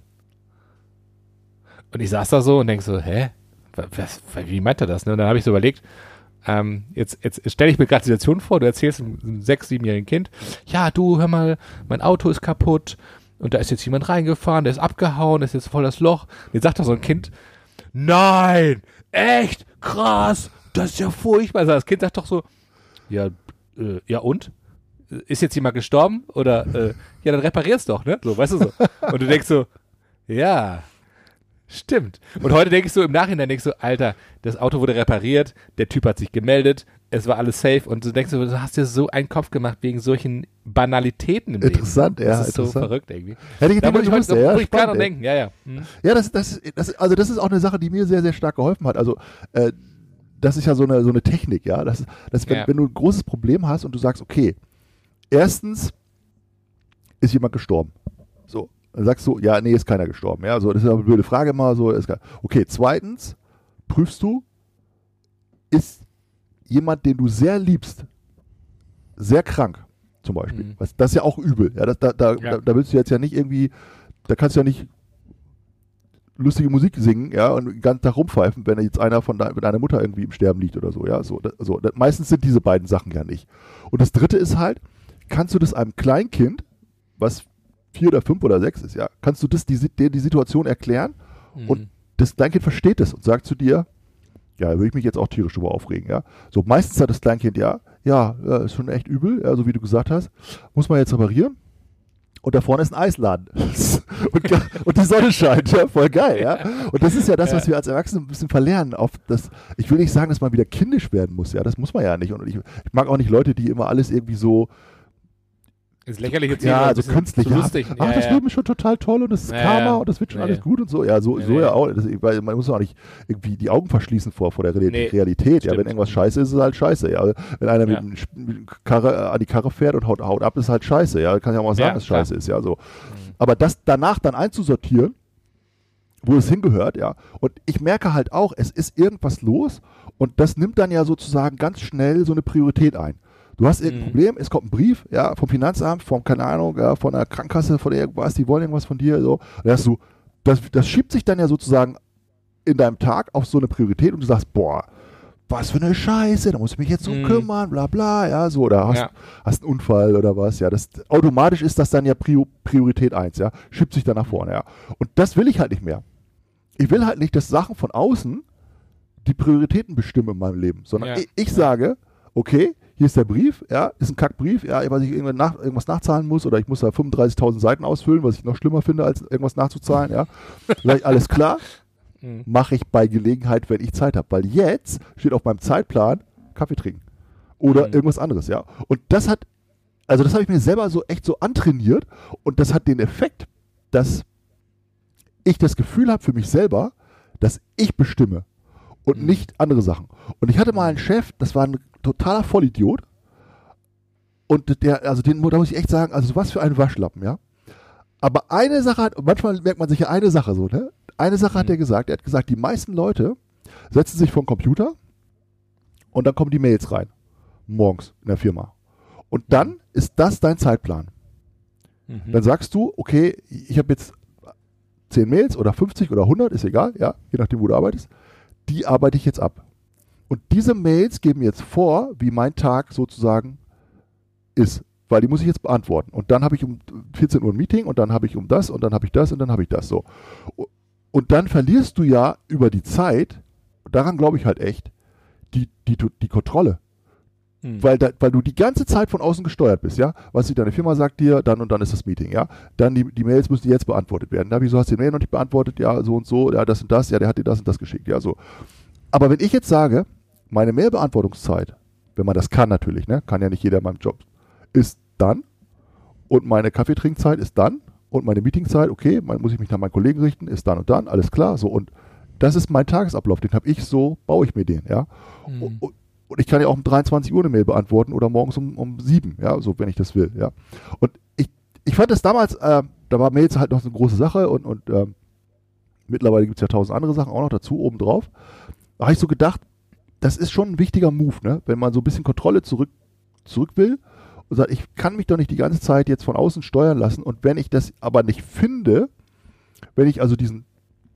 Und ich saß da so und denk so, hä? Wie meint er das, ne? Und dann habe ich so überlegt, jetzt stelle ich mir gerade die Situation vor, du erzählst einem 6-, 7-jährigen Kind, ja, du, hör mal, mein Auto ist kaputt und da ist jetzt jemand reingefahren, der ist abgehauen, das ist jetzt voll das Loch. Und jetzt sagt doch so ein Kind, nein, echt, krass, das ist ja furchtbar. Also das Kind sagt doch so, ja und? Ist jetzt jemand gestorben? Oder, ja, dann reparier's doch, ne? So, weißt du so. Und du denkst so, ja, stimmt. Und heute denke ich so, im Nachhinein denkst du, Alter, das Auto wurde repariert, der Typ hat sich gemeldet, es war alles safe und du denkst so, du hast dir so einen Kopf gemacht wegen solchen Banalitäten im Interessant, Leben. Ja. Das ist so verrückt irgendwie. Hätte ich da muss ich heute ja, ruhig dran denken, ja. Ja, das ist auch eine Sache, die mir sehr, sehr stark geholfen hat. Also, das ist ja so eine Technik, ja. Wenn du ein großes Problem hast und du sagst, okay, erstens ist jemand gestorben. So. Dann sagst du, ja, nee, ist keiner gestorben. Ja, so, das ist eine blöde Frage immer. So, okay, zweitens prüfst du, ist jemand, den du sehr liebst, sehr krank, zum Beispiel. Das ist ja auch übel. Ja, da willst du jetzt ja nicht irgendwie, da kannst du ja nicht lustige Musik singen, ja, und den ganzen Tag rumpfeifen, wenn jetzt einer von deiner Mutter irgendwie im Sterben liegt oder so, ja, meistens sind diese beiden Sachen ja nicht. Und das dritte ist halt, kannst du das einem Kleinkind, was 4 oder 5 oder 6 ist, ja, kannst du das die Situation erklären und das Kleinkind versteht es und sagt zu dir, ja, da würde ich mich jetzt auch tierisch drüber aufregen, ja. So, meistens hat das Kleinkind, ja, ist schon echt übel, ja, so wie du gesagt hast, muss man jetzt reparieren. Und da vorne ist ein Eisladen. und die Sonne scheint, ja, voll geil, ja. Und das ist ja das, was wir als Erwachsene ein bisschen verlernen. Ich will nicht sagen, dass man wieder kindisch werden muss, ja, das muss man ja nicht. Und ich mag auch nicht Leute, die immer alles irgendwie so ist lächerlich jetzt ja, also künstlich. So lustig. Ja, das Leben ist schon total toll und das ist Karma und das wird schon alles gut und so. Ja, so ja auch. Weil man muss auch nicht irgendwie die Augen verschließen vor der Realität. Stimmt. Ja, wenn irgendwas scheiße ist, ist es halt scheiße. Ja, wenn einer mit Karre an die Karre fährt und haut ab, ist halt scheiße. Ja, kann ja auch mal sagen, dass es scheiße ist. Ja, so. Aber das danach dann einzusortieren, wo es hingehört, ja. Und ich merke halt auch, es ist irgendwas los und das nimmt dann ja sozusagen ganz schnell so eine Priorität ein. Du hast irgendein Problem, es kommt ein Brief, ja, vom Finanzamt, keine Ahnung, ja, von der Krankenkasse, von irgendwas, die wollen irgendwas von dir, so. Das schiebt sich dann ja sozusagen in deinem Tag auf so eine Priorität und du sagst, boah, was für eine Scheiße, da muss ich mich jetzt drum kümmern, bla bla, ja, so, oder hast einen Unfall oder was, ja, automatisch ist das dann ja Priorität 1, ja, schiebt sich dann nach vorne, ja. Und das will ich halt nicht mehr. Ich will halt nicht, dass Sachen von außen die Prioritäten bestimmen in meinem Leben, sondern ich sage, okay, hier ist der Brief, ja, ist ein Kackbrief, ja, weil ich irgendwas nachzahlen muss oder ich muss da 35.000 Seiten ausfüllen, was ich noch schlimmer finde, als irgendwas nachzuzahlen, ja. Sag ich, alles klar, mache ich bei Gelegenheit, wenn ich Zeit habe, weil jetzt steht auf meinem Zeitplan Kaffee trinken oder irgendwas anderes, ja. Und das habe ich mir selber so echt so antrainiert und das hat den Effekt, dass ich das Gefühl habe für mich selber, dass ich bestimme und nicht andere Sachen. Und ich hatte mal einen Chef, das war ein totaler Vollidiot und da muss ich echt sagen, also was für ein Waschlappen, ja. Aber eine Sache manchmal merkt man sich ja eine Sache so, ne? Eine Sache hat er gesagt, die meisten Leute setzen sich vor den Computer und dann kommen die Mails rein, morgens in der Firma. Und dann ist das dein Zeitplan. Dann sagst du, okay, ich habe jetzt 10 Mails oder 50 oder 100, ist egal, ja, je nachdem, wo du arbeitest, die arbeite ich jetzt ab. Und diese Mails geben jetzt vor, wie mein Tag sozusagen ist, weil die muss ich jetzt beantworten. Und dann habe ich um 14 Uhr ein Meeting und dann habe ich um das und dann habe ich das und dann habe ich das so. Und dann verlierst du ja über die Zeit, daran glaube ich halt echt, die Kontrolle. Weil du die ganze Zeit von außen gesteuert bist, ja. Deine Firma sagt dir, dann und dann ist das Meeting, ja. Dann die Mails müssen jetzt beantwortet werden. Ja, wieso hast du die Mail noch nicht beantwortet? Ja, so und so, ja, das und das, ja, der hat dir das und das geschickt, ja, so. Aber wenn ich jetzt sage, meine Mailbeantwortungszeit, wenn man das kann natürlich, ne, kann ja nicht jeder in meinem Job, ist dann und meine Kaffeetrinkzeit ist dann und meine Meetingzeit, okay, muss ich mich nach meinen Kollegen richten, ist dann und dann, alles klar, so. Und das ist mein Tagesablauf, den habe ich so, baue ich mir den, ja. Und ich kann ja auch um 23 Uhr eine Mail beantworten oder morgens um 7, ja, so wenn ich das will, ja. Und ich fand das damals, da war Mails halt noch so eine große Sache und mittlerweile gibt es ja 1000 andere Sachen auch noch dazu, obendrauf. Da habe ich so gedacht, das ist schon ein wichtiger Move, ne, wenn man so ein bisschen Kontrolle zurück will und sagt, ich kann mich doch nicht die ganze Zeit jetzt von außen steuern lassen und wenn ich das aber nicht finde, wenn ich also diesen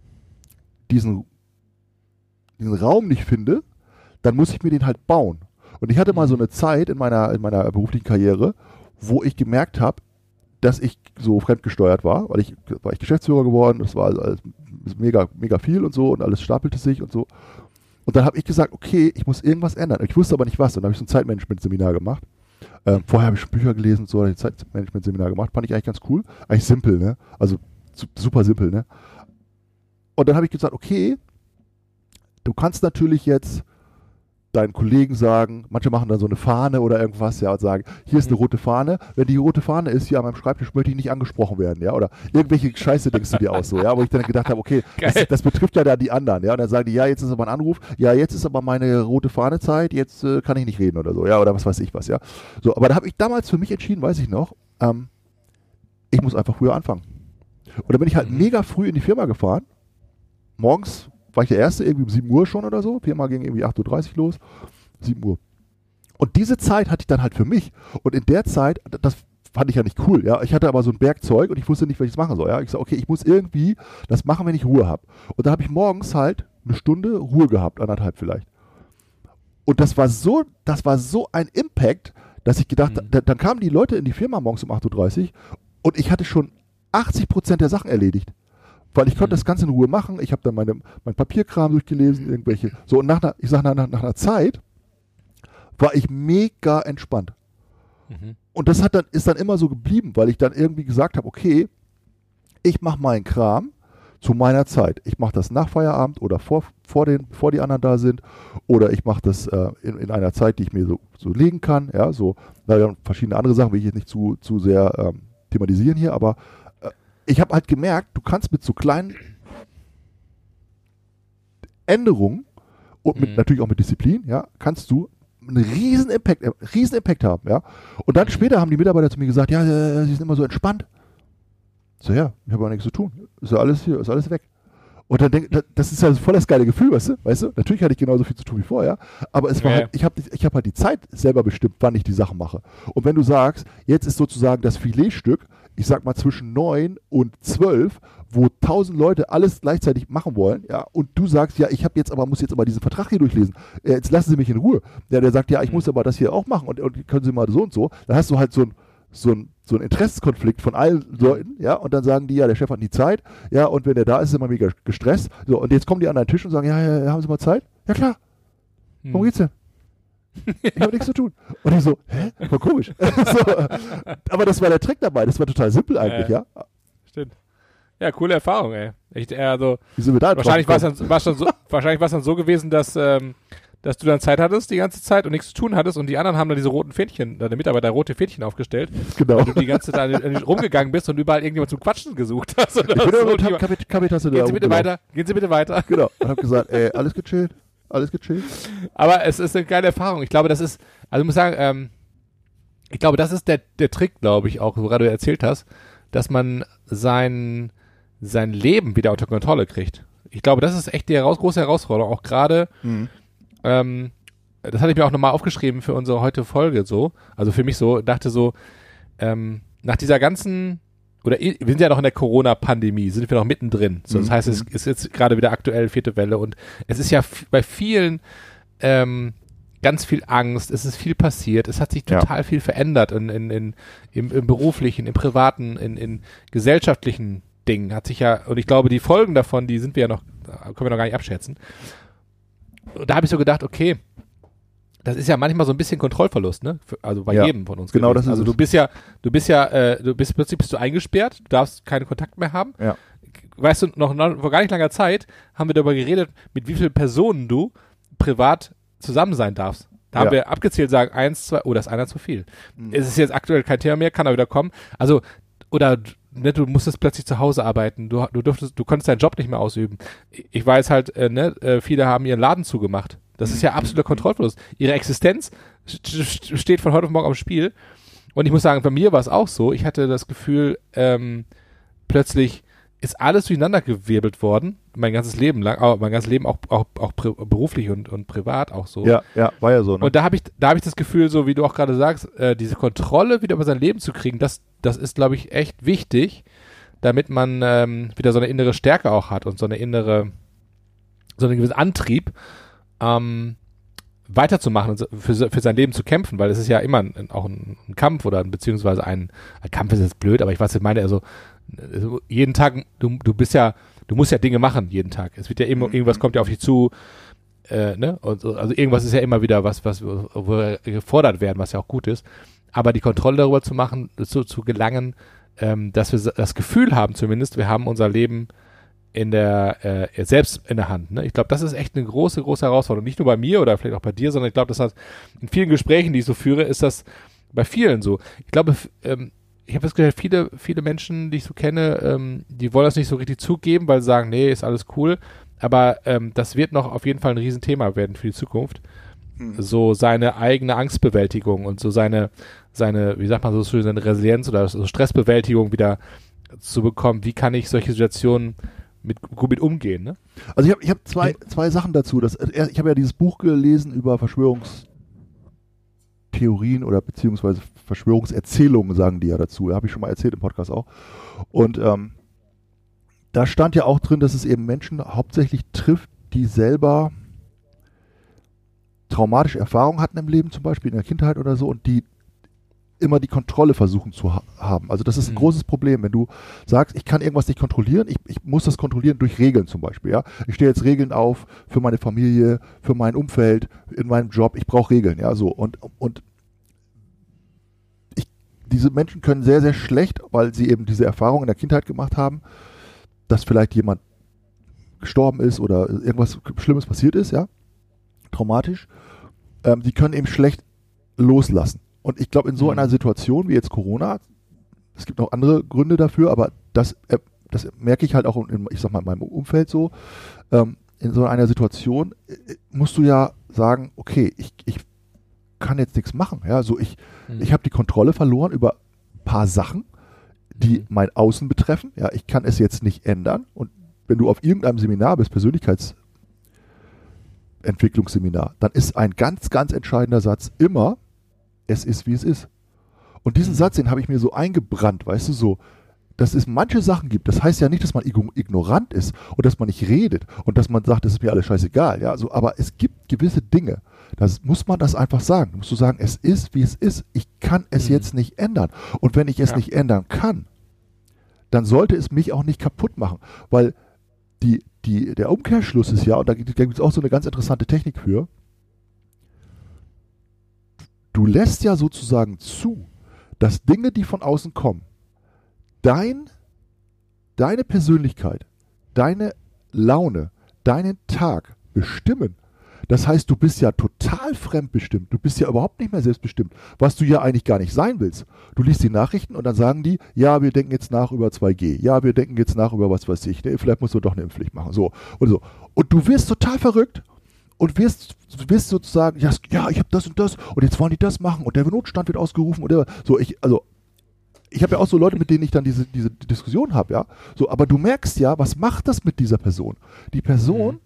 Raum nicht finde, dann muss ich mir den halt bauen. Und ich hatte mal so eine Zeit in meiner beruflichen Karriere, wo ich gemerkt habe, dass ich so fremdgesteuert war, weil ich Geschäftsführer geworden, das war alles mega, mega viel und so und alles stapelte sich und so. Und dann habe ich gesagt, okay, ich muss irgendwas ändern. Ich wusste aber nicht was. Und dann habe ich so ein Zeitmanagement-Seminar gemacht. Vorher habe ich schon Bücher gelesen und so, ein Zeitmanagement-Seminar gemacht. Fand ich eigentlich ganz cool. Eigentlich simpel, ne? Also super simpel, ne? Und dann habe ich gesagt, okay, du kannst natürlich jetzt deinen Kollegen sagen, manche machen dann so eine Fahne oder irgendwas, ja, und sagen, hier ist eine rote Fahne. Wenn die rote Fahne ist, hier an meinem Schreibtisch, möchte ich nicht angesprochen werden, ja, oder irgendwelche Scheiße denkst du dir aus, so, ja, wo ich dann gedacht habe, okay, das betrifft ja dann die anderen, ja, und dann sagen die, ja, jetzt ist aber ein Anruf, ja, jetzt ist aber meine rote Fahne-Zeit, jetzt kann ich nicht reden oder so, ja, oder was weiß ich was, ja. So, aber da habe ich damals für mich entschieden, weiß ich noch, ich muss einfach früher anfangen. Und dann bin ich halt mega früh in die Firma gefahren, morgens war ich der Erste, irgendwie um 7 Uhr schon oder so. Firma ging irgendwie 8.30 Uhr los. 7 Uhr. Und diese Zeit hatte ich dann halt für mich. Und in der Zeit, das fand ich ja nicht cool, ja. Ich hatte aber so ein Bergzeug und ich wusste nicht, was ich machen soll, ja. Ich sag, okay, ich muss irgendwie das machen, wenn ich Ruhe habe. Und da habe ich morgens halt eine Stunde Ruhe gehabt, 1,5 vielleicht. Und das war so ein Impact, dass ich gedacht, dann kamen die Leute in die Firma morgens um 8.30 Uhr und ich hatte schon 80% der Sachen erledigt. Weil ich konnte das Ganze in Ruhe machen. Ich habe dann mein Papierkram durchgelesen, irgendwelche. So, und nach einer Zeit war ich mega entspannt. Und das ist dann immer so geblieben, weil ich dann irgendwie gesagt habe, okay, ich mache meinen Kram zu meiner Zeit. Ich mache das nach Feierabend oder bevor die anderen da sind. Oder ich mache das in einer Zeit, die ich mir so legen kann. Ja, so, wir haben verschiedene andere Sachen, will ich jetzt nicht zu sehr thematisieren hier, aber ich habe halt gemerkt, du kannst mit so kleinen Änderungen und natürlich auch mit Disziplin, ja, kannst du einen riesen Impact haben, ja. Und dann später haben die Mitarbeiter zu mir gesagt, ja, sie sind immer so entspannt. So, ja, ich habe auch nichts zu tun. Ist ja alles hier, ist alles weg. Und dann das ist ja voll das geile Gefühl, weißt du? Natürlich hatte ich genauso viel zu tun wie vorher, aber es war halt, ich habe halt die Zeit selber bestimmt, wann ich die Sachen mache. Und wenn du sagst, jetzt ist sozusagen das Filetstück, ich sag mal zwischen 9 und 12, wo 1000 Leute alles gleichzeitig machen wollen, ja, und du sagst, ja, muss jetzt aber diesen Vertrag hier durchlesen, jetzt lassen Sie mich in Ruhe. Ja, der sagt, ja, ich muss aber das hier auch machen und können Sie mal so und so. Dann hast du halt so ein Interessenskonflikt von allen Leuten, ja, und dann sagen die, ja, der Chef hat nie Zeit, ja, und wenn der da ist, ist er immer mega gestresst. So, und jetzt kommen die an den Tisch und sagen, ja, haben Sie mal Zeit? Ja, klar. Worum geht's denn? Ich habe nichts zu tun. Und ich so, hä? Voll komisch. So, aber das war der Trick dabei. Das war total simpel eigentlich, ja. Stimmt. Ja, coole Erfahrung, ey. Echt, also, Wie sind wir da wahrscheinlich war es dann so gewesen, dass du dann Zeit hattest die ganze Zeit und nichts zu tun hattest und die anderen haben dann diese roten Fähnchen, deine Mitarbeiter rote Fähnchen aufgestellt, Genau. weil du die ganze Zeit rumgegangen bist und überall irgendjemand zum Quatschen gesucht hast. Oder Ich bin so. und hab Kaffeetasse da Gehen Sie bitte weiter. Genau. Und hab gesagt, alles gechillt. Aber es ist eine geile Erfahrung. Ich glaube, das ist, also ich muss sagen, ich glaube, das ist der Trick, glaube ich, auch, woran du erzählt hast, dass man sein Leben wieder unter Kontrolle kriegt. Ich glaube, das ist echt die große Herausforderung, auch gerade, das hatte ich mir auch nochmal aufgeschrieben für unsere heute Folge so, also für mich so, dachte so, nach dieser ganzen, oder wir sind ja noch in der Corona-Pandemie, sind wir noch mittendrin. So, das heißt, es ist jetzt gerade wieder aktuell 4. Welle und es ist ja bei vielen ganz viel Angst, es ist viel passiert, es hat sich total viel verändert im beruflichen, im privaten, in gesellschaftlichen Dingen hat sich ja, und ich glaube, die Folgen davon, die sind wir ja noch, können wir noch gar nicht abschätzen. Und da habe ich so gedacht, okay, das ist ja manchmal so ein bisschen Kontrollverlust, ne? Also bei jedem von uns. Genau, gewesen. das ist du bist plötzlich bist du eingesperrt, du darfst keinen Kontakt mehr haben. Ja. Weißt du, noch vor gar nicht langer Zeit haben wir darüber geredet, mit wie vielen Personen du privat zusammen sein darfst. Da haben wir abgezählt, sagen 1, 2, das ist einer zu viel. Es ist jetzt aktuell kein Thema mehr, kann er wieder kommen. Also, oder du musstest plötzlich zu Hause arbeiten, du konntest deinen Job nicht mehr ausüben. Ich weiß halt, viele haben ihren Laden zugemacht. Das ist ja absoluter Kontrollverlust. Ihre Existenz steht von heute auf morgen am Spiel. Und ich muss sagen, bei mir war es auch so. Ich hatte das Gefühl, plötzlich ist alles durcheinandergewirbelt worden. Mein ganzes Leben lang, aber mein ganzes Leben auch beruflich und privat auch so. Ja, war ja so. Ne? Und da hab ich das Gefühl, so wie du auch gerade sagst, diese Kontrolle wieder über sein Leben zu kriegen, das ist, glaube ich, echt wichtig, damit man wieder so eine innere Stärke auch hat und so einen gewissen Antrieb, weiterzumachen und für sein Leben zu kämpfen, weil es ist ja immer auch ein Kampf oder beziehungsweise ein Kampf ist jetzt blöd, aber ich weiß, ich meine, also jeden Tag, du musst ja Dinge machen jeden Tag. Es wird ja immer, irgendwas kommt ja auf dich zu, ne? Und, also irgendwas ist ja immer wieder wo wir gefordert werden, was ja auch gut ist. Aber die Kontrolle darüber zu machen, zu gelangen, dass wir das Gefühl haben zumindest, wir haben unser Leben selbst in der Hand. Ne? Ich glaube, das ist echt eine große, große Herausforderung. Nicht nur bei mir oder vielleicht auch bei dir, sondern ich glaube, das hat in vielen Gesprächen, die ich so führe, ist das bei vielen so. Ich glaube, ich habe das Gefühl, viele Menschen, die ich so kenne, die wollen das nicht so richtig zugeben, weil sie sagen, nee, ist alles cool. Aber das wird noch auf jeden Fall ein Riesenthema werden für die Zukunft. So seine eigene Angstbewältigung und so seine, wie sagt man so schön, seine Resilienz oder so Stressbewältigung wieder zu bekommen. Wie kann ich solche Situationen gut mit umgehen? Ne? Also ich hab zwei Sachen dazu. Ich habe ja dieses Buch gelesen über Verschwörungstheorien oder beziehungsweise Verschwörungserzählungen, sagen die ja dazu. Habe ich schon mal erzählt im Podcast auch. Und da stand ja auch drin, dass es eben Menschen hauptsächlich trifft, die selber traumatische Erfahrungen hatten im Leben, zum Beispiel in der Kindheit oder so, und die immer die Kontrolle versuchen zu haben. Also das ist ein großes Problem, wenn du sagst, ich kann irgendwas nicht kontrollieren, ich muss das kontrollieren durch Regeln zum Beispiel. Ja? Ich stelle jetzt Regeln auf für meine Familie, für mein Umfeld, in meinem Job, ich brauche Regeln. Ja, so. Und diese Menschen können sehr, sehr schlecht, weil sie eben diese Erfahrung in der Kindheit gemacht haben, dass vielleicht jemand gestorben ist oder irgendwas Schlimmes passiert ist, ja, traumatisch, die können eben schlecht loslassen. Und ich glaube, in so einer Situation wie jetzt Corona, es gibt noch andere Gründe dafür, aber das merke ich halt auch in meinem Umfeld so, in so einer Situation musst du ja sagen, okay, ich kann jetzt nichts machen. Ja? So ich habe die Kontrolle verloren über ein paar Sachen, die mein Außen betreffen. Ja? Ich kann es jetzt nicht ändern. Und wenn du auf irgendeinem Seminar bist, Persönlichkeitsentwicklungsseminar, dann ist ein ganz, ganz entscheidender Satz immer, es ist, wie es ist. Und diesen Satz, den habe ich mir so eingebrannt, weißt du, so, dass es manche Sachen gibt. Das heißt ja nicht, dass man ignorant ist und dass man nicht redet und dass man sagt, das ist mir alles scheißegal. Ja, so, aber es gibt gewisse Dinge, das muss man das einfach sagen. Du musst sagen, es ist, wie es ist. Ich kann es jetzt nicht ändern. Und wenn ich es nicht ändern kann, dann sollte es mich auch nicht kaputt machen. Weil der Umkehrschluss ist ja, und da gibt es auch so eine ganz interessante Technik für, du lässt ja sozusagen zu, dass Dinge, die von außen kommen, deine Persönlichkeit, deine Laune, deinen Tag bestimmen. Das heißt, du bist ja total fremdbestimmt. Du bist ja überhaupt nicht mehr selbstbestimmt, was du ja eigentlich gar nicht sein willst. Du liest die Nachrichten und dann sagen die, ja, wir denken jetzt nach über 2G. Ja, wir denken jetzt nach über was weiß ich. Ne? Vielleicht musst du doch eine Impfpflicht machen. So und so. Und du wirst total verrückt und wirst sozusagen, ja, ich habe das und jetzt wollen die das machen und der Notstand wird ausgerufen und ich habe ja auch so Leute, mit denen ich dann diese Diskussion habe, ja. So, aber du merkst ja, was macht das mit dieser Person? Die Person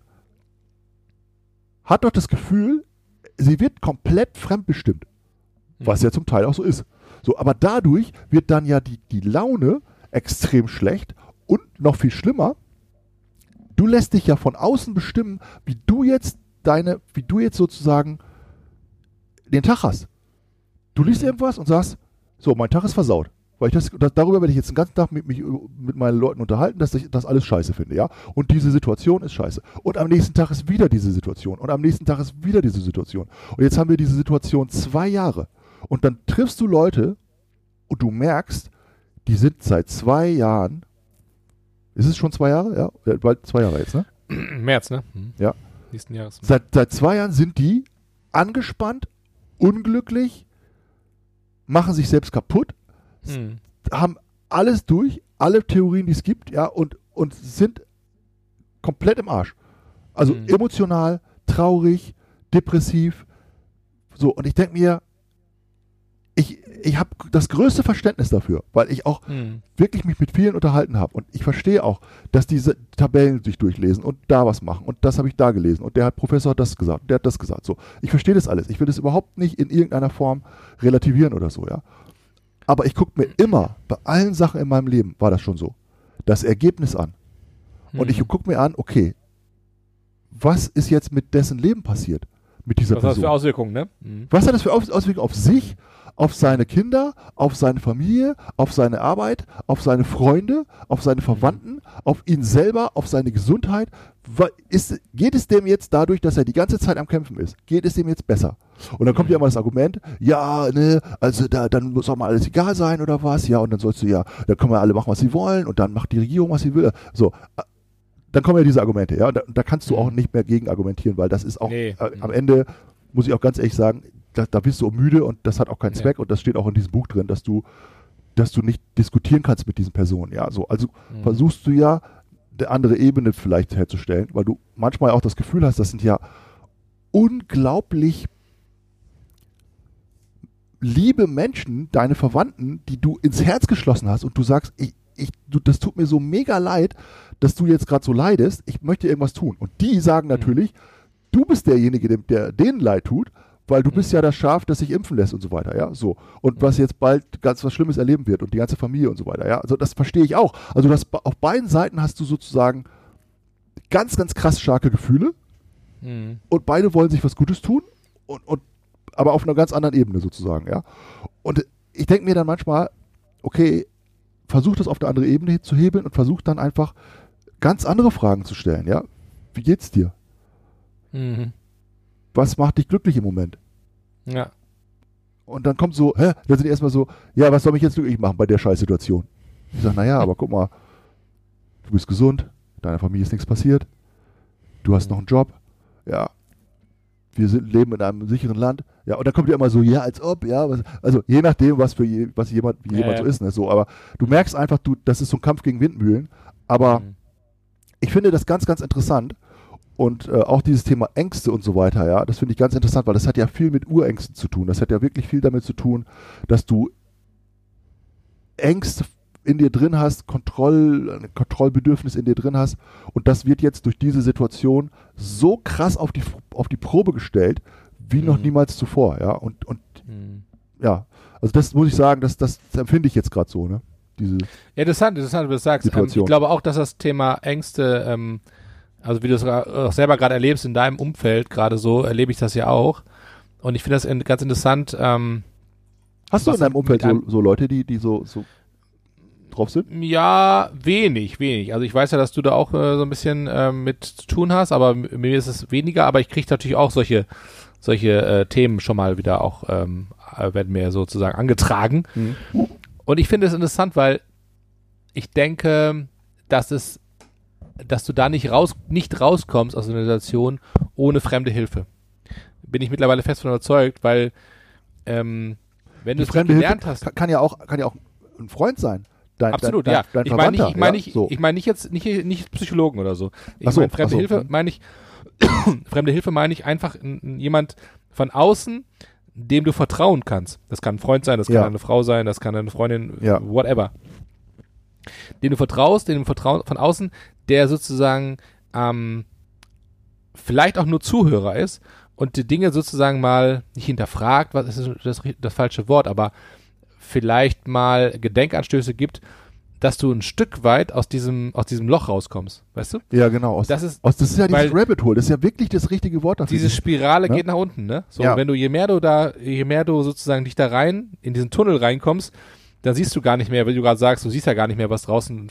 hat doch das Gefühl, sie wird komplett fremdbestimmt. Was ja zum Teil auch so ist. So, aber dadurch wird dann ja die Laune extrem schlecht und noch viel schlimmer, du lässt dich ja von außen bestimmen, wie du jetzt sozusagen den Tag hast. Du liest irgendwas und sagst, so, mein Tag ist versaut. Weil darüber werde ich jetzt den ganzen Tag mich mit meinen Leuten unterhalten, dass ich das alles scheiße finde, ja. Und diese Situation ist scheiße. Und am nächsten Tag ist wieder diese Situation. Und am nächsten Tag ist wieder diese Situation. Und jetzt haben wir diese Situation 2 Jahre. Und dann triffst du Leute und du merkst, die sind seit 2 Jahren, ist es schon 2 Jahre? Ja, bald 2 Jahre jetzt, ne? März, ne? Ja. Nächsten Jahres. Seit 2 Jahren sind die angespannt, unglücklich, machen sich selbst kaputt, haben alles durch, alle Theorien, die es gibt, ja, und sind komplett im Arsch. Also emotional, traurig, depressiv. So, und ich denke mir, ich habe das größte Verständnis dafür, weil ich auch wirklich mich mit vielen unterhalten habe. Und ich verstehe auch, dass diese Tabellen sich durchlesen und da was machen. Und das habe ich da gelesen. Und der Professor hat das gesagt, der hat das gesagt. So, ich verstehe das alles. Ich will das überhaupt nicht in irgendeiner Form relativieren oder so, ja. Aber ich gucke mir immer, bei allen Sachen in meinem Leben war das schon so, das Ergebnis an. Und ich gucke mir an, okay, was ist jetzt mit dessen Leben passiert? Mit dieser Person. Was hat das für Auswirkungen, ne? Was hat das für Auswirkungen auf sich, auf seine Kinder, auf seine Familie, auf seine Arbeit, auf seine Freunde, auf seine Verwandten, auf ihn selber, auf seine Gesundheit? Geht es dem jetzt dadurch, dass er die ganze Zeit am Kämpfen ist? Geht es dem jetzt besser? Und dann kommt ja immer das Argument, ja, ne, also dann muss auch mal alles egal sein oder was, ja, und dann sollst du ja, dann können wir alle machen, was sie wollen und dann macht die Regierung, was sie will. So, dann kommen ja diese Argumente, ja, und da kannst du auch nicht mehr gegen argumentieren, weil das ist auch, am Ende, muss ich auch ganz ehrlich sagen, da bist du müde und das hat auch keinen Zweck und das steht auch in diesem Buch drin, dass du nicht diskutieren kannst mit diesen Personen, ja, so, also versuchst du ja, eine andere Ebene vielleicht herzustellen, weil du manchmal auch das Gefühl hast, das sind ja unglaublich liebe Menschen, deine Verwandten, die du ins Herz geschlossen hast und du sagst, das tut mir so mega leid, dass du jetzt gerade so leidest, ich möchte irgendwas tun. Und die sagen natürlich, du bist derjenige, der denen leid tut, weil du bist ja das Schaf, das sich impfen lässt und so weiter, ja, so. Und was jetzt bald ganz was Schlimmes erleben wird und die ganze Familie und so weiter, ja, also das verstehe ich auch. Also auf beiden Seiten hast du sozusagen ganz, ganz krass starke Gefühle und beide wollen sich was Gutes tun aber auf einer ganz anderen Ebene sozusagen, ja. Und ich denke mir dann manchmal, okay, versuch das auf eine andere Ebene zu hebeln und versuch dann einfach ganz andere Fragen zu stellen, ja. Wie geht's dir? Was macht dich glücklich im Moment? Ja. Und dann kommt so, dann sind die erstmal so, ja, was soll mich jetzt glücklich machen bei der Scheißsituation? Ich sage, naja, aber guck mal, du bist gesund, deiner Familie ist nichts passiert, du hast noch einen Job, ja, wir leben in einem sicheren Land, ja, und dann kommt ja immer so, ja, als ob, ja, also je nachdem, wie jemand so ist, ne, so, aber du merkst einfach, das ist so ein Kampf gegen Windmühlen, aber ich finde das ganz, ganz interessant und auch dieses Thema Ängste und so weiter, ja, das finde ich ganz interessant, weil das hat ja viel mit Urängsten zu tun, das hat ja wirklich viel damit zu tun, dass du Ängste in dir drin hast, ein Kontrollbedürfnis in dir drin hast und das wird jetzt durch diese Situation so krass auf die Probe gestellt, wie noch niemals zuvor, ja, und ja, also das muss ich sagen, das empfinde ich jetzt gerade so, ne, diese interessant, wie du sagst. Ich glaube auch, dass das Thema Ängste, also wie du es auch selber gerade erlebst in deinem Umfeld, gerade so erlebe ich das ja auch und ich finde das ganz interessant. Hast du in deinem Umfeld so Leute, die so drauf sind? Ja, wenig. Also ich weiß ja, dass du da auch so ein bisschen mit zu tun hast, aber mir ist es weniger, aber ich kriege natürlich auch solche Themen schon mal wieder auch werden mir sozusagen angetragen. Mhm. Und ich finde es interessant, weil ich denke, dass du da nicht rauskommst aus einer Situation ohne fremde Hilfe. Bin ich mittlerweile fest von überzeugt, weil wenn du es gelernt hast, kann ja auch ein Freund sein. Absolut, dein Ich meine nicht nicht Psychologen oder so. Fremde Hilfe meine ich einfach jemand von außen, dem du vertrauen kannst. Das kann ein Freund sein, das kann eine Frau sein, das kann eine Freundin, whatever. Dem du vertraust von außen, der sozusagen vielleicht auch nur Zuhörer ist und die Dinge sozusagen mal nicht hinterfragt, was ist das falsche Wort, aber vielleicht mal Gedenkanstöße gibt, dass du ein Stück weit aus diesem Loch rauskommst, weißt du? Ja, genau. Das ist ja dieses Rabbit Hole, das ist ja wirklich das richtige Wort dafür. Diese Spirale geht nach unten, ne? So, wenn du, je mehr du sozusagen dich da rein, in diesen Tunnel reinkommst, dann siehst du gar nicht mehr, wie du gerade sagst, du siehst ja gar nicht mehr, was draußen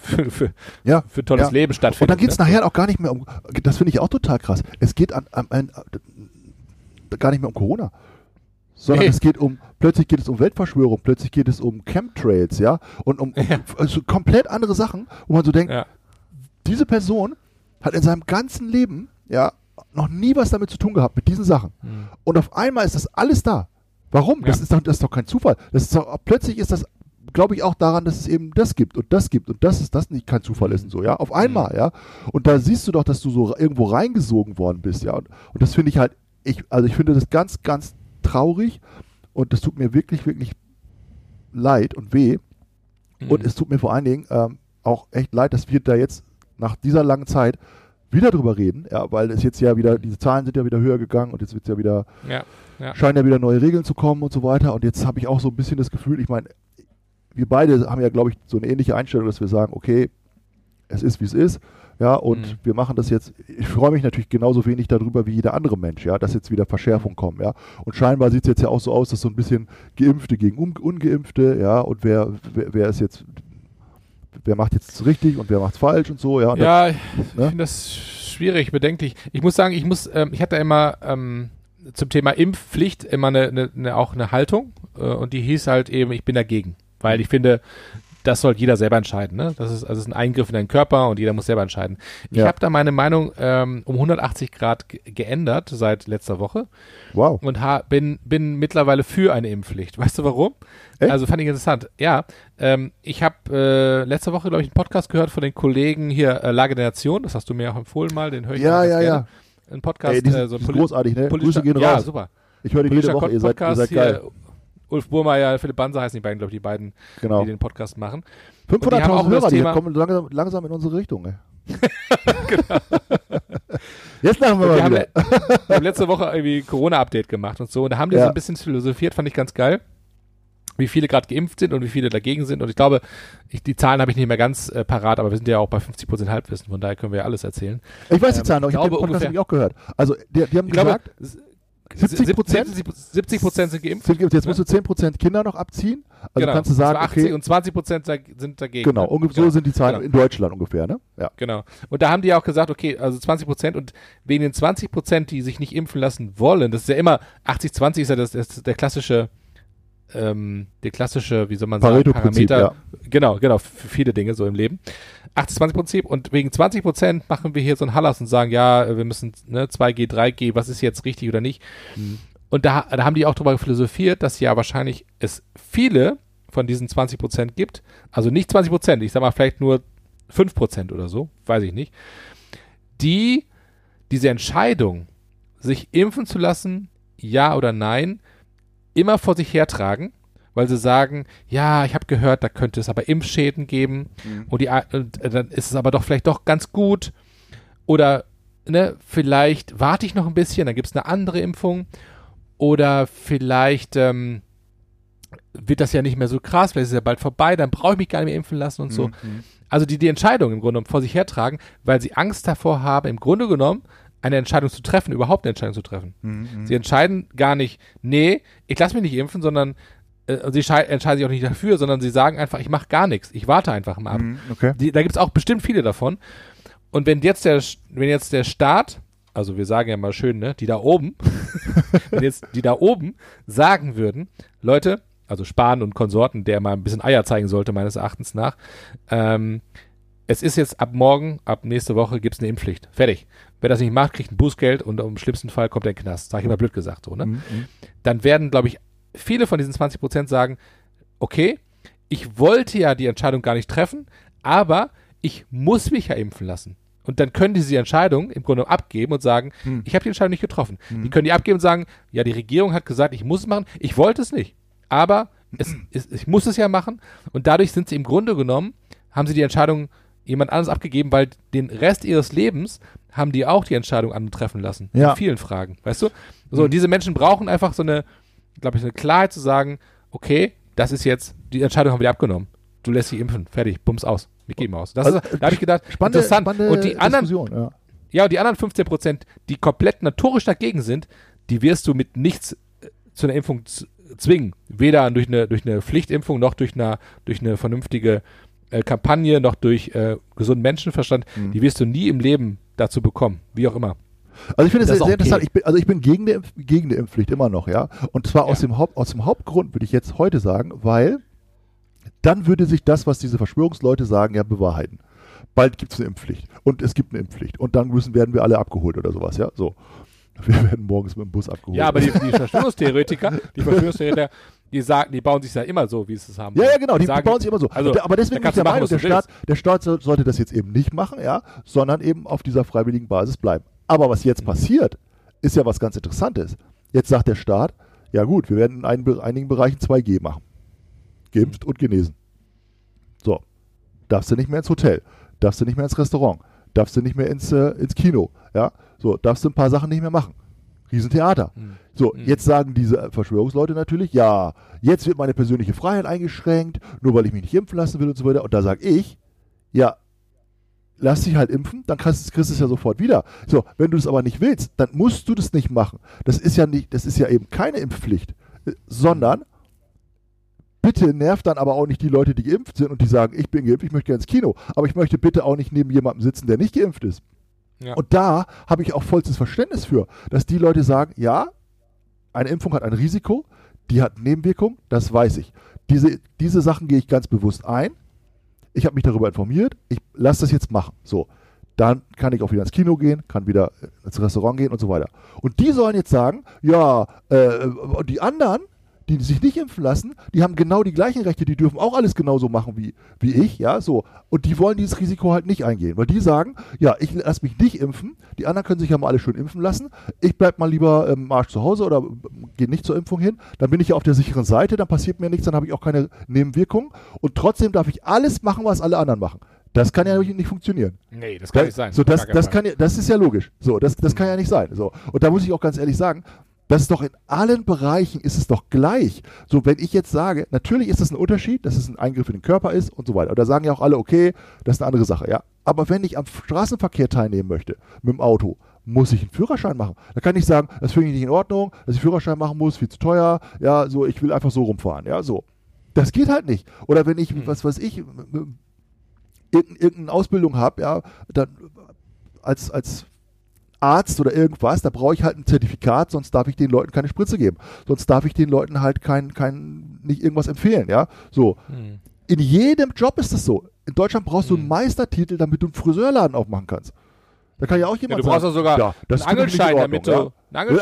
für tolles Leben stattfindet. Und dann geht es nachher auch gar nicht mehr das finde ich auch total krass, es geht gar nicht mehr um Corona, sondern plötzlich geht es um Weltverschwörung, plötzlich geht es um Chemtrails, ja, und also komplett andere Sachen, wo man so denkt, diese Person hat in seinem ganzen Leben, noch nie was damit zu tun gehabt, mit diesen Sachen. Mhm. Und auf einmal ist das alles da. Warum? Ja. Das ist doch kein Zufall. Plötzlich ist das, glaube ich, auch daran, dass es eben das gibt und dass das nicht kein Zufall ist und so, ja, auf einmal, ja. Und da siehst du doch, dass du so irgendwo reingesogen worden bist, ja. Und das finde ich halt, ich finde das ganz, ganz traurig und das tut mir wirklich, wirklich leid und weh. Mhm. Und es tut mir vor allen Dingen auch echt leid, dass wir da jetzt nach dieser langen Zeit wieder drüber reden, ja, weil es jetzt ja wieder, diese Zahlen sind ja wieder höher gegangen und jetzt wird es ja wieder, scheinen ja wieder neue Regeln zu kommen und so weiter. Und jetzt habe ich auch so ein bisschen das Gefühl, ich meine, wir beide haben ja, glaube ich, so eine ähnliche Einstellung, dass wir sagen, okay, es ist, wie es ist, ja, und wir machen das jetzt, ich freue mich natürlich genauso wenig darüber wie jeder andere Mensch, ja, dass jetzt wieder Verschärfungen kommen, ja. Und scheinbar sieht es jetzt ja auch so aus, dass so ein bisschen Geimpfte gegen Ungeimpfte, ja, und wer macht jetzt richtig und wer macht's falsch und so, ja. Ja, ich finde das schwierig, bedenklich. Ich muss sagen, ich hatte immer zum Thema Impfpflicht immer auch eine Haltung und die hieß halt eben, ich bin dagegen, weil ich finde, das soll jeder selber entscheiden, ne? Das ist ein Eingriff in deinen Körper und jeder muss selber entscheiden. Ich habe da meine Meinung um 180 Grad geändert seit letzter Woche. Wow. Und bin mittlerweile für eine Impfpflicht. Weißt du warum? Echt? Also fand ich interessant. Ja, ich habe letzte Woche, glaube ich, einen Podcast gehört von den Kollegen hier, Lage der Nation. Das hast du mir auch empfohlen mal, den höre ich gerne. Ein Podcast. Ey, die sind großartig, ne? Grüße gehen raus. Ja, super. Ich höre die jede Woche, ihr seid geil. Hier, Ulf Burmeier, Philipp Banse heißen die beiden, glaube ich, die beiden, die den Podcast machen. 500.000 Hörer, die kommen langsam in unsere Richtung, ey. Genau. Jetzt lachen wir mal wieder. Wir haben letzte Woche irgendwie ein Corona-Update gemacht und so. Und da haben die so ein bisschen philosophiert, fand ich ganz geil, wie viele gerade geimpft sind und wie viele dagegen sind. Und ich glaube, die Zahlen habe ich nicht mehr ganz parat, aber wir sind ja auch bei 50% Halbwissen, von daher können wir ja alles erzählen. Ich weiß die Zahlen noch, ich habe den Podcast nämlich auch gehört. Also die haben gesagt, 70% sind geimpft. Jetzt musst du 10% Kinder noch abziehen. Also kannst du sagen, 80 okay, und 20% sind dagegen. Genau, so sind die Zahlen in Deutschland ungefähr, ne? Ja. Genau. Und da haben die auch gesagt, okay, also 20% und wegen den 20%, die sich nicht impfen lassen wollen, das ist ja immer, 80-20 ist ja der klassische, wie soll man sagen, Parameter. Ja. Genau, für viele Dinge so im Leben. 80-20-Prinzip und wegen 20% machen wir hier so ein Hallas und sagen, ja, wir müssen 2G, 3G, was ist jetzt richtig oder nicht? Mhm. Und da haben die auch darüber philosophiert, dass ja wahrscheinlich es viele von diesen 20% gibt, also nicht 20%, ich sag mal vielleicht nur 5% oder so, weiß ich nicht, die diese Entscheidung, sich impfen zu lassen, ja oder nein, immer vor sich hertragen, weil sie sagen, ja, ich habe gehört, da könnte es aber Impfschäden geben und dann ist es aber doch vielleicht doch ganz gut oder vielleicht warte ich noch ein bisschen, dann gibt es eine andere Impfung oder vielleicht wird das ja nicht mehr so krass, vielleicht ist es ja bald vorbei, dann brauche ich mich gar nicht mehr impfen lassen und so. Also die Entscheidung im Grunde genommen vor sich hertragen, weil sie Angst davor haben, im Grunde genommen eine Entscheidung zu treffen, überhaupt eine Entscheidung zu treffen. Sie entscheiden gar nicht, nee, ich lasse mich nicht impfen, sondern sie entscheiden sich auch nicht dafür, sondern sie sagen einfach, ich mache gar nichts, ich warte einfach mal ab. Okay. Da gibt es auch bestimmt viele davon. Und wenn jetzt der Staat also wir sagen ja mal schön, ne, die da oben, wenn jetzt die da oben sagen würden, Leute, also Spahn und Konsorten, der mal ein bisschen Eier zeigen sollte, meines Erachtens nach, es ist jetzt ab morgen, ab nächste Woche gibt's eine Impfpflicht. Fertig. Wer das nicht macht, kriegt ein Bußgeld und im schlimmsten Fall kommt er in den Knast. Sag ich immer blöd gesagt, so, ne? Dann werden, glaube ich, viele von diesen 20% sagen, okay, ich wollte ja die Entscheidung gar nicht treffen, aber ich muss mich ja impfen lassen. Und dann können die diese Entscheidung im Grunde abgeben und sagen, ich habe die Entscheidung nicht getroffen. Die können die abgeben und sagen, ja, die Regierung hat gesagt, ich muss es machen, ich wollte es nicht. Aber ich muss es ja machen. Und dadurch sind sie im Grunde genommen, haben sie die Entscheidung jemand anderes abgegeben, weil den Rest ihres Lebens haben die auch die Entscheidung antreffen lassen. Ja. In vielen Fragen, weißt du? So, diese Menschen brauchen einfach so eine, glaube ich, eine Klarheit zu sagen, okay, das ist jetzt, die Entscheidung haben wir dir abgenommen. Du lässt dich impfen, fertig, bums aus. Wir geben aus. Das Also, ist, da habe ich gedacht, interessant. Und die anderen, ja, und die anderen 15%, die komplett notorisch dagegen sind, die wirst du mit nichts zu einer Impfung zwingen. Weder durch eine Pflichtimpfung, noch durch eine vernünftige Kampagne, noch durch gesunden Menschenverstand. Die wirst du nie im Leben dazu bekommen. Wie auch immer. Also ich finde es Das sehr, ist sehr okay. interessant. Ich bin gegen die Impfpflicht immer noch, ja. Und zwar aus dem Hauptgrund, würde ich jetzt heute sagen, weil dann würde sich das, was diese Verschwörungsleute sagen, ja bewahrheiten. Bald gibt es eine Impfpflicht und es gibt eine Impfpflicht und dann werden wir alle abgeholt oder sowas, ja. So. Wir werden morgens mit dem Bus abgeholt. Ja, aber die Verschwörungstheoretiker, die bauen sich ja immer so, wie sie es haben. Ja, genau, die sagen, bauen sich immer so. Also, aber deswegen bin ich der Meinung, der Staat sollte das jetzt eben nicht machen, ja, sondern eben auf dieser freiwilligen Basis bleiben. Aber was jetzt passiert, ist ja was ganz Interessantes. Jetzt sagt der Staat, ja gut, wir werden in einigen Bereichen 2G machen. Geimpft und genesen. So, darfst du nicht mehr ins Hotel, darfst du nicht mehr ins Restaurant, darfst du nicht mehr ins Kino, ja, so, darfst du ein paar Sachen nicht mehr machen. Riesentheater. So, jetzt sagen diese Verschwörungsleute natürlich, ja, jetzt wird meine persönliche Freiheit eingeschränkt, nur weil ich mich nicht impfen lassen will und so weiter. Und da sage ich, ja, lass dich halt impfen, dann kriegst du es ja sofort wieder. So, wenn du es aber nicht willst, dann musst du das nicht machen. Das ist ja eben keine Impfpflicht, sondern bitte nervt dann aber auch nicht die Leute, die geimpft sind und die sagen, ich bin geimpft, ich möchte gerne ins Kino, aber ich möchte bitte auch nicht neben jemandem sitzen, der nicht geimpft ist. Ja. Und da habe ich auch vollstes Verständnis für, dass die Leute sagen, ja, eine Impfung hat ein Risiko, die hat Nebenwirkungen, das weiß ich. Diese Sachen gehe ich ganz bewusst ein. Ich habe mich darüber informiert, ich lasse das jetzt machen. So, dann kann ich auch wieder ins Kino gehen, kann wieder ins Restaurant gehen und so weiter. Und die sollen jetzt sagen, ja, die anderen, die sich nicht impfen lassen, die haben genau die gleichen Rechte, die dürfen auch alles genauso machen wie ich, ja, so. Und die wollen dieses Risiko halt nicht eingehen, weil die sagen, ja, ich lasse mich nicht impfen, die anderen können sich ja mal alle schön impfen lassen, ich bleib mal lieber im Arsch zu Hause oder gehe nicht zur Impfung hin, dann bin ich ja auf der sicheren Seite, dann passiert mir nichts, dann habe ich auch keine Nebenwirkungen und trotzdem darf ich alles machen, was alle anderen machen. Das kann ja nicht funktionieren. Nee, das kann nicht sein. So, das ist ja logisch. So, das kann ja nicht sein. So. Und da muss ich auch ganz ehrlich sagen, das ist doch in allen Bereichen ist es doch gleich. So, wenn ich jetzt sage, natürlich ist das ein Unterschied, dass es ein Eingriff in den Körper ist und so weiter. Und da sagen ja auch alle, okay, das ist eine andere Sache, ja. Aber wenn ich am Straßenverkehr teilnehmen möchte, mit dem Auto, muss ich einen Führerschein machen. Da kann ich sagen, das finde ich nicht in Ordnung, dass ich Führerschein machen muss, viel zu teuer, ja, so, ich will einfach so rumfahren, ja, so. Das geht halt nicht. Oder wenn ich, was weiß ich, irgendeine Ausbildung habe, ja, dann als Arzt oder irgendwas, da brauche ich halt ein Zertifikat, sonst darf ich den Leuten keine Spritze geben. Sonst darf ich den Leuten halt nicht irgendwas empfehlen, ja. So. In jedem Job ist das so. In Deutschland brauchst du einen Meistertitel, damit du einen Friseurladen aufmachen kannst. Da kann ja auch jemand du brauchst sagen, doch sogar ja, das einen Angelschein, damit du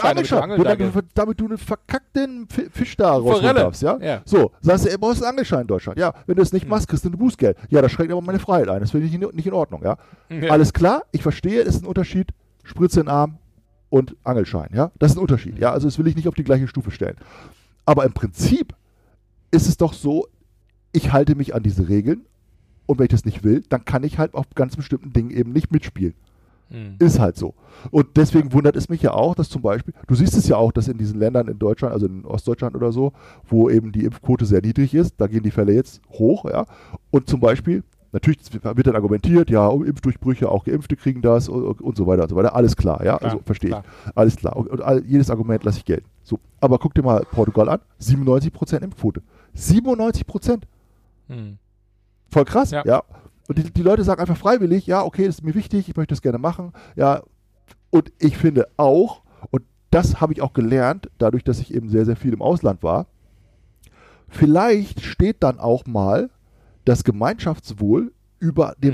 damit du einen verkackten Fisch da rausholen darfst, ja? So, sagst du, brauchst einen Angelschein in Deutschland. Ja, wenn du es nicht machst, kriegst du ein Bußgeld. Ja, das schränkt aber meine Freiheit ein. Das finde ich nicht in Ordnung, ja? Alles klar, ich verstehe, es ist ein Unterschied. Spritze in den Arm und Angelschein, ja? Das ist ein Unterschied, ja? Also das will ich nicht auf die gleiche Stufe stellen. Aber im Prinzip ist es doch so, ich halte mich an diese Regeln und wenn ich das nicht will, dann kann ich halt auf ganz bestimmten Dingen eben nicht mitspielen. Ist halt so. Und deswegen wundert es mich ja auch, dass zum Beispiel, du siehst es ja auch, dass in diesen Ländern in Deutschland, also in Ostdeutschland oder so, wo eben die Impfquote sehr niedrig ist, da gehen die Fälle jetzt hoch, ja? Und zum Beispiel, natürlich wird dann argumentiert, ja, Impfdurchbrüche, auch Geimpfte kriegen das und so weiter und so weiter. Alles klar, ja, also verstehe ich. Alles klar. Und jedes Argument lasse ich gelten. So, aber guck dir mal Portugal an, 97% Impfquote. 97%. Voll krass, ja. Und die Leute sagen einfach freiwillig, ja, okay, das ist mir wichtig, ich möchte das gerne machen, ja, Und ich finde auch, und das habe ich auch gelernt, dadurch, dass ich eben sehr, sehr viel im Ausland war, vielleicht steht dann auch mal das Gemeinschaftswohl über den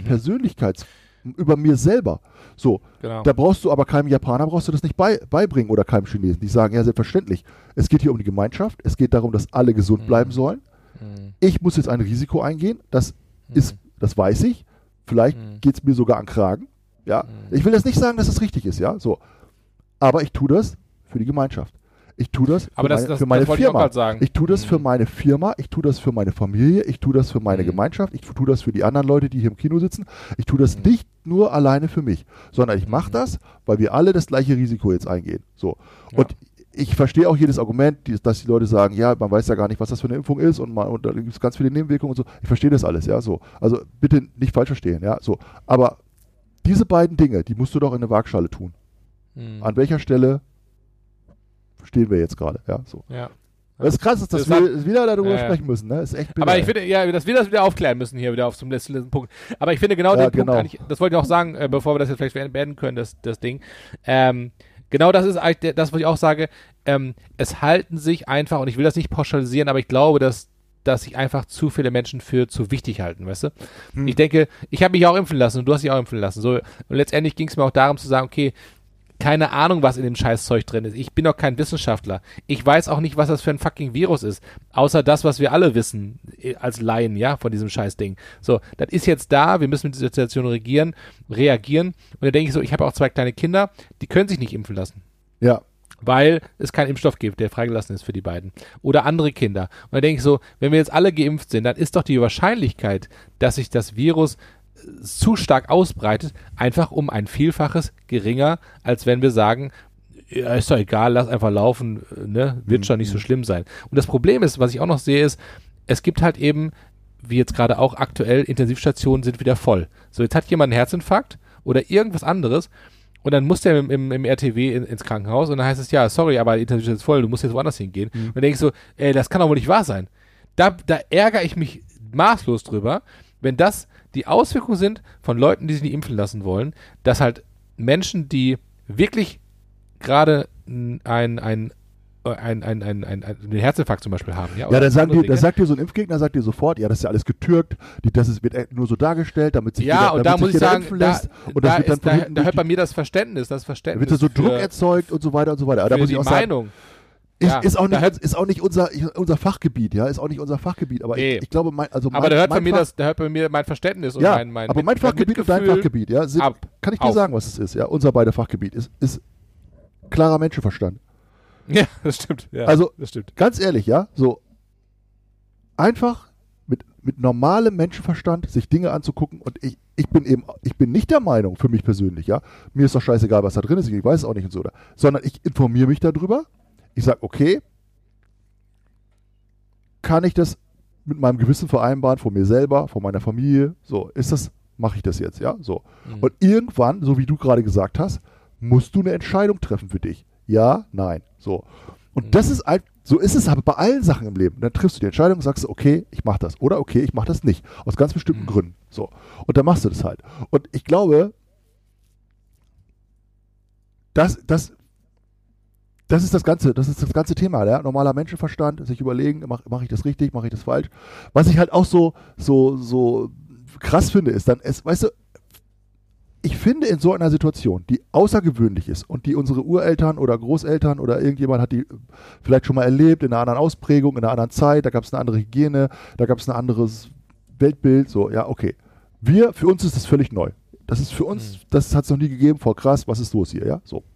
über mir selber. So, Genau. da brauchst du aber keinem Japaner, brauchst du das nicht beibringen oder keinem Chinesen. Die sagen, ja, selbstverständlich. Es geht hier um die Gemeinschaft, es geht darum, dass alle gesund bleiben sollen. Ich muss jetzt ein Risiko eingehen, das weiß ich. Vielleicht geht es mir sogar an den Kragen. Ja, ich will jetzt nicht sagen, dass es richtig ist, ja, so. Aber ich tue das für die Gemeinschaft. Ich tue das für meine Firma. Ich tue das für meine Firma, ich tue das für meine Familie, ich tue das für meine Gemeinschaft, ich tue das für die anderen Leute, die hier im Kino sitzen. Ich tue das nicht nur alleine für mich, sondern ich mache das, weil wir alle das gleiche Risiko jetzt eingehen. So. Ja. Und ich verstehe auch jedes Argument, dass die Leute sagen, ja, man weiß ja gar nicht, was das für eine Impfung ist und da gibt es ganz viele Nebenwirkungen und so. Ich verstehe das alles, ja, so. Also bitte nicht falsch verstehen, ja, so. Aber diese beiden Dinge, die musst du doch in eine Waagschale tun. An welcher Stelle stehen wir jetzt gerade, ja, so. Ja. Das ist krass, dass wir wieder darüber sprechen müssen, ne? Ist echt bitter. Aber ich finde, ja, dass wir das wieder aufklären müssen hier wieder auf zum letzten Punkt. Aber ich finde genau den Punkt eigentlich, das wollte ich auch sagen, bevor wir das jetzt vielleicht beenden können, das Ding. Genau das ist eigentlich das, was ich auch sage. Es halten sich einfach, und ich will das nicht pauschalisieren, aber ich glaube, dass sich einfach zu viele Menschen für zu wichtig halten, weißt du? Ich denke, ich habe mich auch impfen lassen und du hast dich auch impfen lassen. So, und letztendlich ging es mir auch darum zu sagen, okay, keine Ahnung, was in dem Scheißzeug drin ist. Ich bin doch kein Wissenschaftler. Ich weiß auch nicht, was das für ein fucking Virus ist. Außer das, was wir alle wissen, als Laien, ja, von diesem Scheißding. So, das ist jetzt da, wir müssen mit dieser Situation reagieren. Und dann denke ich so, ich habe auch 2 kleine Kinder, die können sich nicht impfen lassen. Ja. Weil es keinen Impfstoff gibt, der freigelassen ist für die beiden. Oder andere Kinder. Und dann denke ich so, wenn wir jetzt alle geimpft sind, dann ist doch die Wahrscheinlichkeit, dass sich das Virus zu stark ausbreitet, einfach um ein Vielfaches geringer, als wenn wir sagen, ja, ist doch egal, lass einfach laufen, ne, wird schon nicht so schlimm sein. Und das Problem ist, was ich auch noch sehe, ist, es gibt halt eben, wie jetzt gerade auch aktuell, Intensivstationen sind wieder voll. So, jetzt hat jemand einen Herzinfarkt oder irgendwas anderes und dann muss der im RTW ins Krankenhaus und dann heißt es, ja, sorry, aber die Intensivstation ist voll, du musst jetzt woanders hingehen. Und dann denke ich so, das kann doch wohl nicht wahr sein. Da ärgere ich mich maßlos drüber, wenn das die Auswirkungen sind von Leuten, die sich nicht impfen lassen wollen, dass halt Menschen, die wirklich gerade einen Herzinfarkt zum Beispiel haben. Ja, da sagt dir so ein Impfgegner, sagt dir sofort, ja, das ist ja alles getürkt, wird nur so dargestellt, damit sich jeder impfen lässt. Da hört bei mir das Verständnis. Da wird so Druck erzeugt und so weiter und so weiter. Da muss ich auch sagen, ist auch nicht unser Fachgebiet, ja, ist auch nicht unser Fachgebiet, aber ich glaube, aber da hört bei mir mein Verständnis und ja, mein aber mein Fachgebiet und dein Fachgebiet, ja, kann ich dir sagen, was es ist, ja, unser beide Fachgebiet ist klarer Menschenverstand. Ja, das stimmt. Ja, also, das stimmt. Ganz ehrlich, ja, so einfach mit normalem Menschenverstand sich Dinge anzugucken und ich bin nicht der Meinung, für mich persönlich, ja, mir ist doch scheißegal, was da drin ist, ich weiß es auch nicht und so, sondern ich informiere mich darüber. Ich sage, okay, kann ich das mit meinem Gewissen vereinbaren, von mir selber, von meiner Familie, so, mache ich das jetzt, ja, so. Und irgendwann, so wie du gerade gesagt hast, musst du eine Entscheidung treffen für dich. Ja, nein, so. Und so ist es aber bei allen Sachen im Leben. Dann triffst du die Entscheidung und sagst, okay, ich mache das. Oder okay, ich mache das nicht. Aus ganz bestimmten Gründen, so. Und dann machst du das halt. Und ich glaube, das ist das ganze Thema, ja? Normaler Menschenverstand, sich überlegen, mache ich das richtig, mache ich das falsch. Was ich halt auch so krass finde, ist dann, weißt du, ich finde in so einer Situation, die außergewöhnlich ist und die unsere Ureltern oder Großeltern oder irgendjemand hat die vielleicht schon mal erlebt, in einer anderen Ausprägung, in einer anderen Zeit, da gab es eine andere Hygiene, da gab es ein anderes Weltbild, so, ja, okay. Für uns ist das völlig neu. Das ist für uns, das hat es noch nie gegeben, voll krass, was ist los hier, ja, so.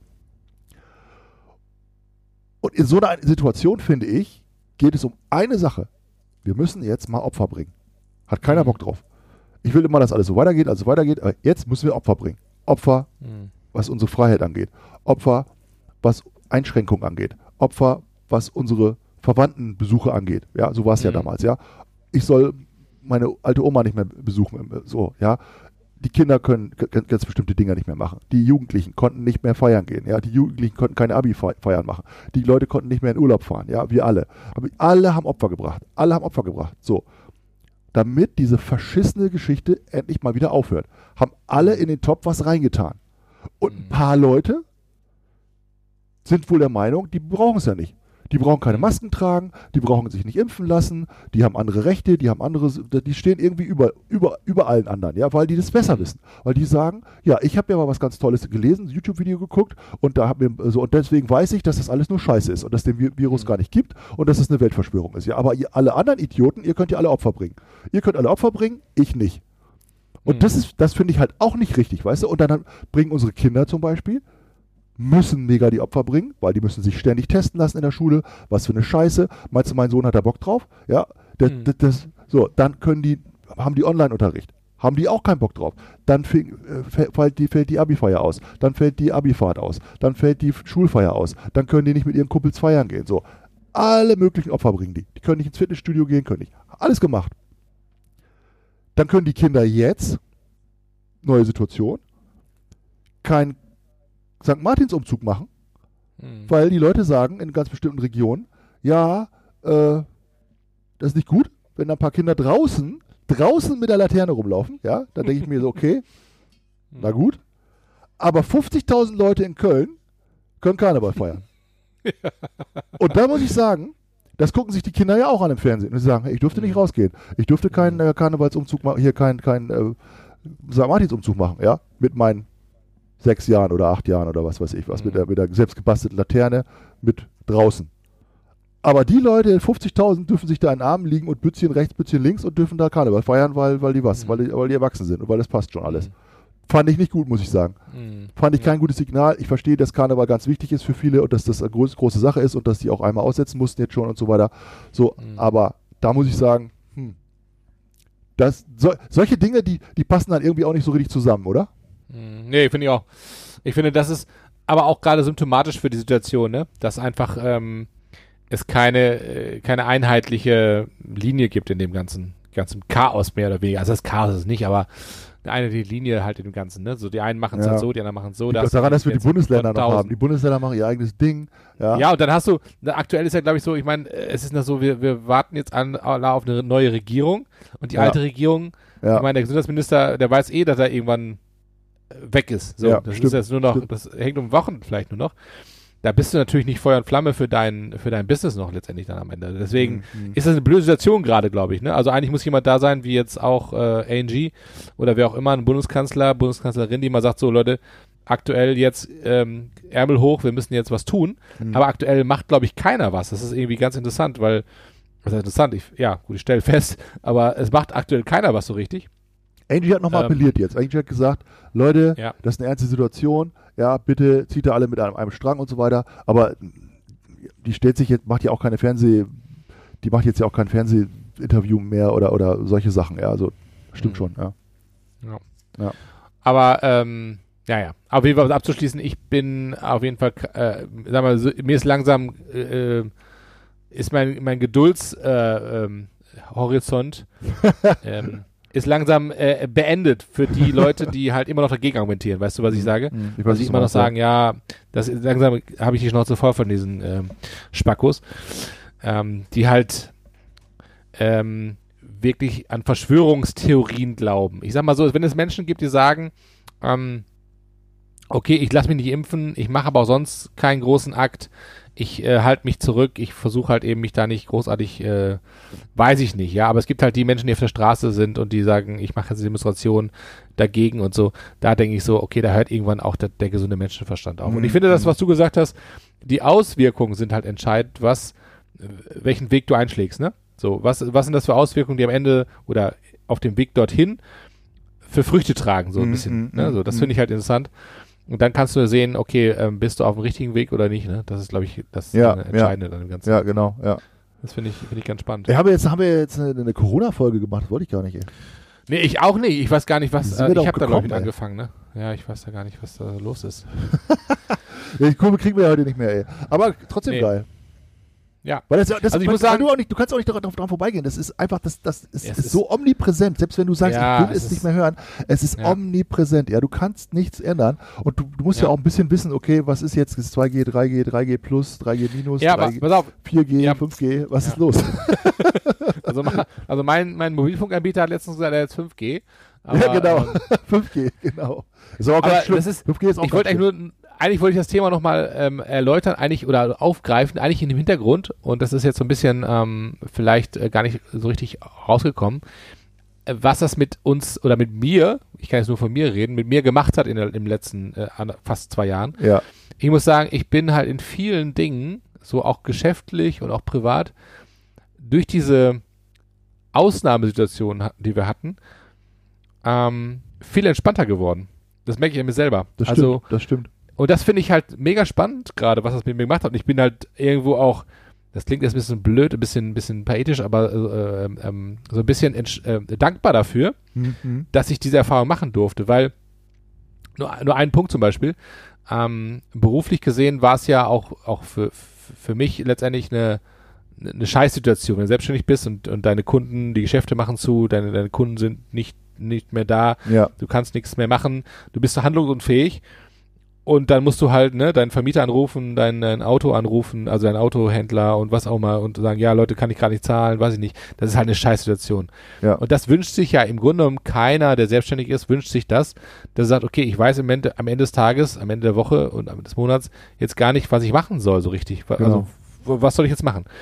Und in so einer Situation, finde ich, geht es um eine Sache. Wir müssen jetzt mal Opfer bringen. Hat keiner Bock drauf. Ich will immer, dass alles so weitergeht, aber jetzt müssen wir Opfer bringen. Opfer, was unsere Freiheit angeht. Opfer, was Einschränkungen angeht. Opfer, was unsere Verwandtenbesuche angeht. Ja, so war es ja damals, ja. Ich soll meine alte Oma nicht mehr besuchen, so, ja. Die Kinder können ganz bestimmte Dinge nicht mehr machen. Die Jugendlichen konnten nicht mehr feiern gehen. Ja, die Jugendlichen konnten keine Abi-Feiern machen. Die Leute konnten nicht mehr in Urlaub fahren. Ja, wir alle. Aber alle haben Opfer gebracht. So. Damit diese verschissene Geschichte endlich mal wieder aufhört, haben alle in den Topf was reingetan. Und ein paar Leute sind wohl der Meinung, die brauchen es ja nicht. Die brauchen keine Masken tragen, die brauchen sich nicht impfen lassen, die haben andere Rechte, die stehen irgendwie über allen anderen, ja, weil die das besser wissen. Weil die sagen, ja, ich habe ja mal was ganz Tolles gelesen, ein YouTube-Video geguckt und und deswegen weiß ich, dass das alles nur Scheiße ist und dass es den Virus gar nicht gibt und dass es eine Weltverschwörung ist. Ja, aber alle anderen Idioten, ihr könnt ja alle Opfer bringen. Ihr könnt alle Opfer bringen, ich nicht. Und das finde ich halt auch nicht richtig, weißt du? Und dann bringen unsere Kinder zum Beispiel, müssen mega die Opfer bringen, weil die müssen sich ständig testen lassen in der Schule. Was für eine Scheiße. Meinst du, mein Sohn hat da Bock drauf? Ja. Dann haben die Online-Unterricht. Haben die auch keinen Bock drauf. Dann fällt die Abi-Feier aus. Dann fällt die Abi-Fahrt aus. Dann fällt die Schulfeier aus. Dann können die nicht mit ihren Kumpels feiern gehen. So. Alle möglichen Opfer bringen die. Die können nicht ins Fitnessstudio gehen, können nicht. Alles gemacht. Dann können die Kinder jetzt, neue Situation, kein St. Martins-Umzug machen, weil die Leute sagen in ganz bestimmten Regionen, ja, das ist nicht gut, wenn da ein paar Kinder draußen mit der Laterne rumlaufen, ja, dann denke ich mir so, okay, na gut, aber 50.000 Leute in Köln können Karneval feiern. Und da muss ich sagen, das gucken sich die Kinder ja auch an im Fernsehen und sie sagen, hey, ich durfte nicht rausgehen, ich durfte keinen Karnevalsumzug machen, hier keinen St. Martins-Umzug machen, ja, mit meinen 6 Jahren oder 8 Jahren oder was weiß ich was, mit der selbst gebastelten Laterne mit draußen. Aber die Leute, 50.000, dürfen sich da in den Armen liegen und Bützchen rechts, Bützchen links und dürfen da Karneval feiern, weil die erwachsen sind und weil das passt schon alles. Fand ich nicht gut, muss ich sagen. Fand ich kein gutes Signal. Ich verstehe, dass Karneval ganz wichtig ist für viele und dass das eine große Sache ist und dass die auch einmal aussetzen mussten jetzt schon und so weiter. So, aber da muss ich sagen, solche Dinge, die passen dann irgendwie auch nicht so richtig zusammen, oder? Nee, finde ich auch. Ich finde, das ist aber auch gerade symptomatisch für die Situation, ne? Dass einfach es keine einheitliche Linie gibt in dem ganzen Chaos mehr oder weniger. Also das Chaos ist es nicht, aber eine Linie halt in dem Ganzen, ne? So die einen machen es halt so, die anderen machen es so. Liegt daran, dass wir die Bundesländer noch haben. Die Bundesländer machen ihr eigenes Ding. Ja, und dann hast du, aktuell ist ja, glaube ich, so, ich meine, es ist noch so, wir warten jetzt auf eine neue Regierung und die alte Regierung, ich meine, der Gesundheitsminister, der weiß dass er irgendwann weg ist. So, das stimmt, ist jetzt nur noch, das hängt um Wochen vielleicht nur noch. Da bist du natürlich nicht Feuer und Flamme für dein Business noch letztendlich dann am Ende. Deswegen ist das eine blöde Situation gerade, glaube ich. Ne? Also eigentlich muss jemand da sein, wie jetzt auch ANG oder wer auch immer, ein Bundeskanzler, Bundeskanzlerin, die mal sagt, so Leute, aktuell jetzt Ärmel hoch, wir müssen jetzt was tun. Aber aktuell macht, glaube ich, keiner was. Das ist irgendwie ganz interessant, weil, was ist interessant? Ich stelle fest, aber es macht aktuell keiner was so richtig. Angie hat nochmal appelliert jetzt. Angie hat gesagt, Leute, das ist eine ernste Situation, ja, bitte zieht da alle mit einem Strang und so weiter, aber die macht ja auch kein Fernsehinterview mehr oder solche Sachen, ja, also stimmt schon, ja. Aber, auf jeden Fall abzuschließen, ich bin auf jeden Fall, mir ist langsam, ist mein Geduldshorizont ist langsam beendet für die Leute, die halt immer noch dagegen argumentieren. Weißt du, was ich sage? Weil sie immer noch sagen, langsam habe ich die Schnauze voll von diesen Spackos, die halt wirklich an Verschwörungstheorien glauben. Ich sag mal so, wenn es Menschen gibt, die sagen, okay, ich lasse mich nicht impfen, ich mache aber auch sonst keinen großen Akt, ich halte mich zurück, ich versuche halt eben mich da nicht großartig, weiß ich nicht, ja, aber es gibt halt die Menschen, die auf der Straße sind und die sagen, ich mache jetzt eine Demonstration dagegen und so, da denke ich so, okay, da hört irgendwann auch der gesunde Menschenverstand auf. Und ich finde das, was du gesagt hast, die Auswirkungen sind halt entscheidend, welchen Weg du einschlägst, ne? So, was sind das für Auswirkungen, die am Ende oder auf dem Weg dorthin für Früchte tragen, so ein bisschen, ne? So, das finde ich halt interessant. Und dann kannst du sehen, okay, bist du auf dem richtigen Weg oder nicht, ne? Das ist, glaube ich, das Entscheidende dann im Ganzen. Ja, genau, ja. Das finde ich ganz spannend. Haben wir jetzt eine Corona-Folge gemacht? Wollte ich gar nicht, ey. Nee, ich auch nicht. Ich weiß gar nicht, was, ich habe da, glaube ich, angefangen, ne? Ja, ich weiß da gar nicht, was da los ist. Die Kurve kriegen wir ja heute nicht mehr, ey. Aber trotzdem geil. Ja. Weil also ich muss sagen, du kannst auch nicht dran vorbeigehen. Das ist einfach, das ist so omnipräsent. Selbst wenn du sagst, ich will es nicht mehr hören, es ist omnipräsent. Ja, du kannst nichts ändern. Und du musst ja auch ein bisschen wissen, okay, was ist jetzt 2G, 3G, 3G plus, 3G minus, 3G, pass auf. 4G, 5G, was ist los? Also mein Mobilfunkanbieter hat letztens gesagt, er hat 5G. Aber, ja, genau. 5G, genau. Ist auch ganz schlimm. 5G ist auch ich wollte eigentlich nur eigentlich wollte ich das Thema nochmal erläutern, eigentlich oder aufgreifen, eigentlich in dem Hintergrund, und das ist jetzt so ein bisschen vielleicht gar nicht so richtig rausgekommen, was das mit uns oder mit mir, ich kann jetzt nur von mir reden, mit mir gemacht hat im letzten fast 2 Jahren. Ja. Ich muss sagen, ich bin halt in vielen Dingen, so auch geschäftlich und auch privat, durch diese Ausnahmesituationen, die wir hatten, viel entspannter geworden. Das merke ich an mir selber. Das stimmt. Und das finde ich halt mega spannend, gerade was das mit mir gemacht hat. Und ich bin halt irgendwo auch, das klingt jetzt ein bisschen blöd, ein bisschen pathetisch, aber so ein bisschen dankbar dafür, dass ich diese Erfahrung machen durfte. Weil, nur einen Punkt zum Beispiel, beruflich gesehen war es ja auch für mich letztendlich eine Scheißsituation, wenn du selbstständig bist und deine Kunden, die Geschäfte machen zu, deine Kunden sind nicht mehr da, du kannst nichts mehr machen, du bist handlungsunfähig und dann musst du halt deinen Vermieter anrufen, dein Auto anrufen, also deinen Autohändler und was auch immer und sagen, ja Leute, kann ich gerade nicht zahlen, weiß ich nicht. Das ist halt eine Scheißsituation. Ja. Und das wünscht sich ja im Grunde genommen keiner, der selbstständig ist, wünscht sich das, der sagt, okay, ich weiß am Ende des Tages, am Ende der Woche und am Ende des Monats jetzt gar nicht, was ich machen soll so richtig. Also was soll ich jetzt machen?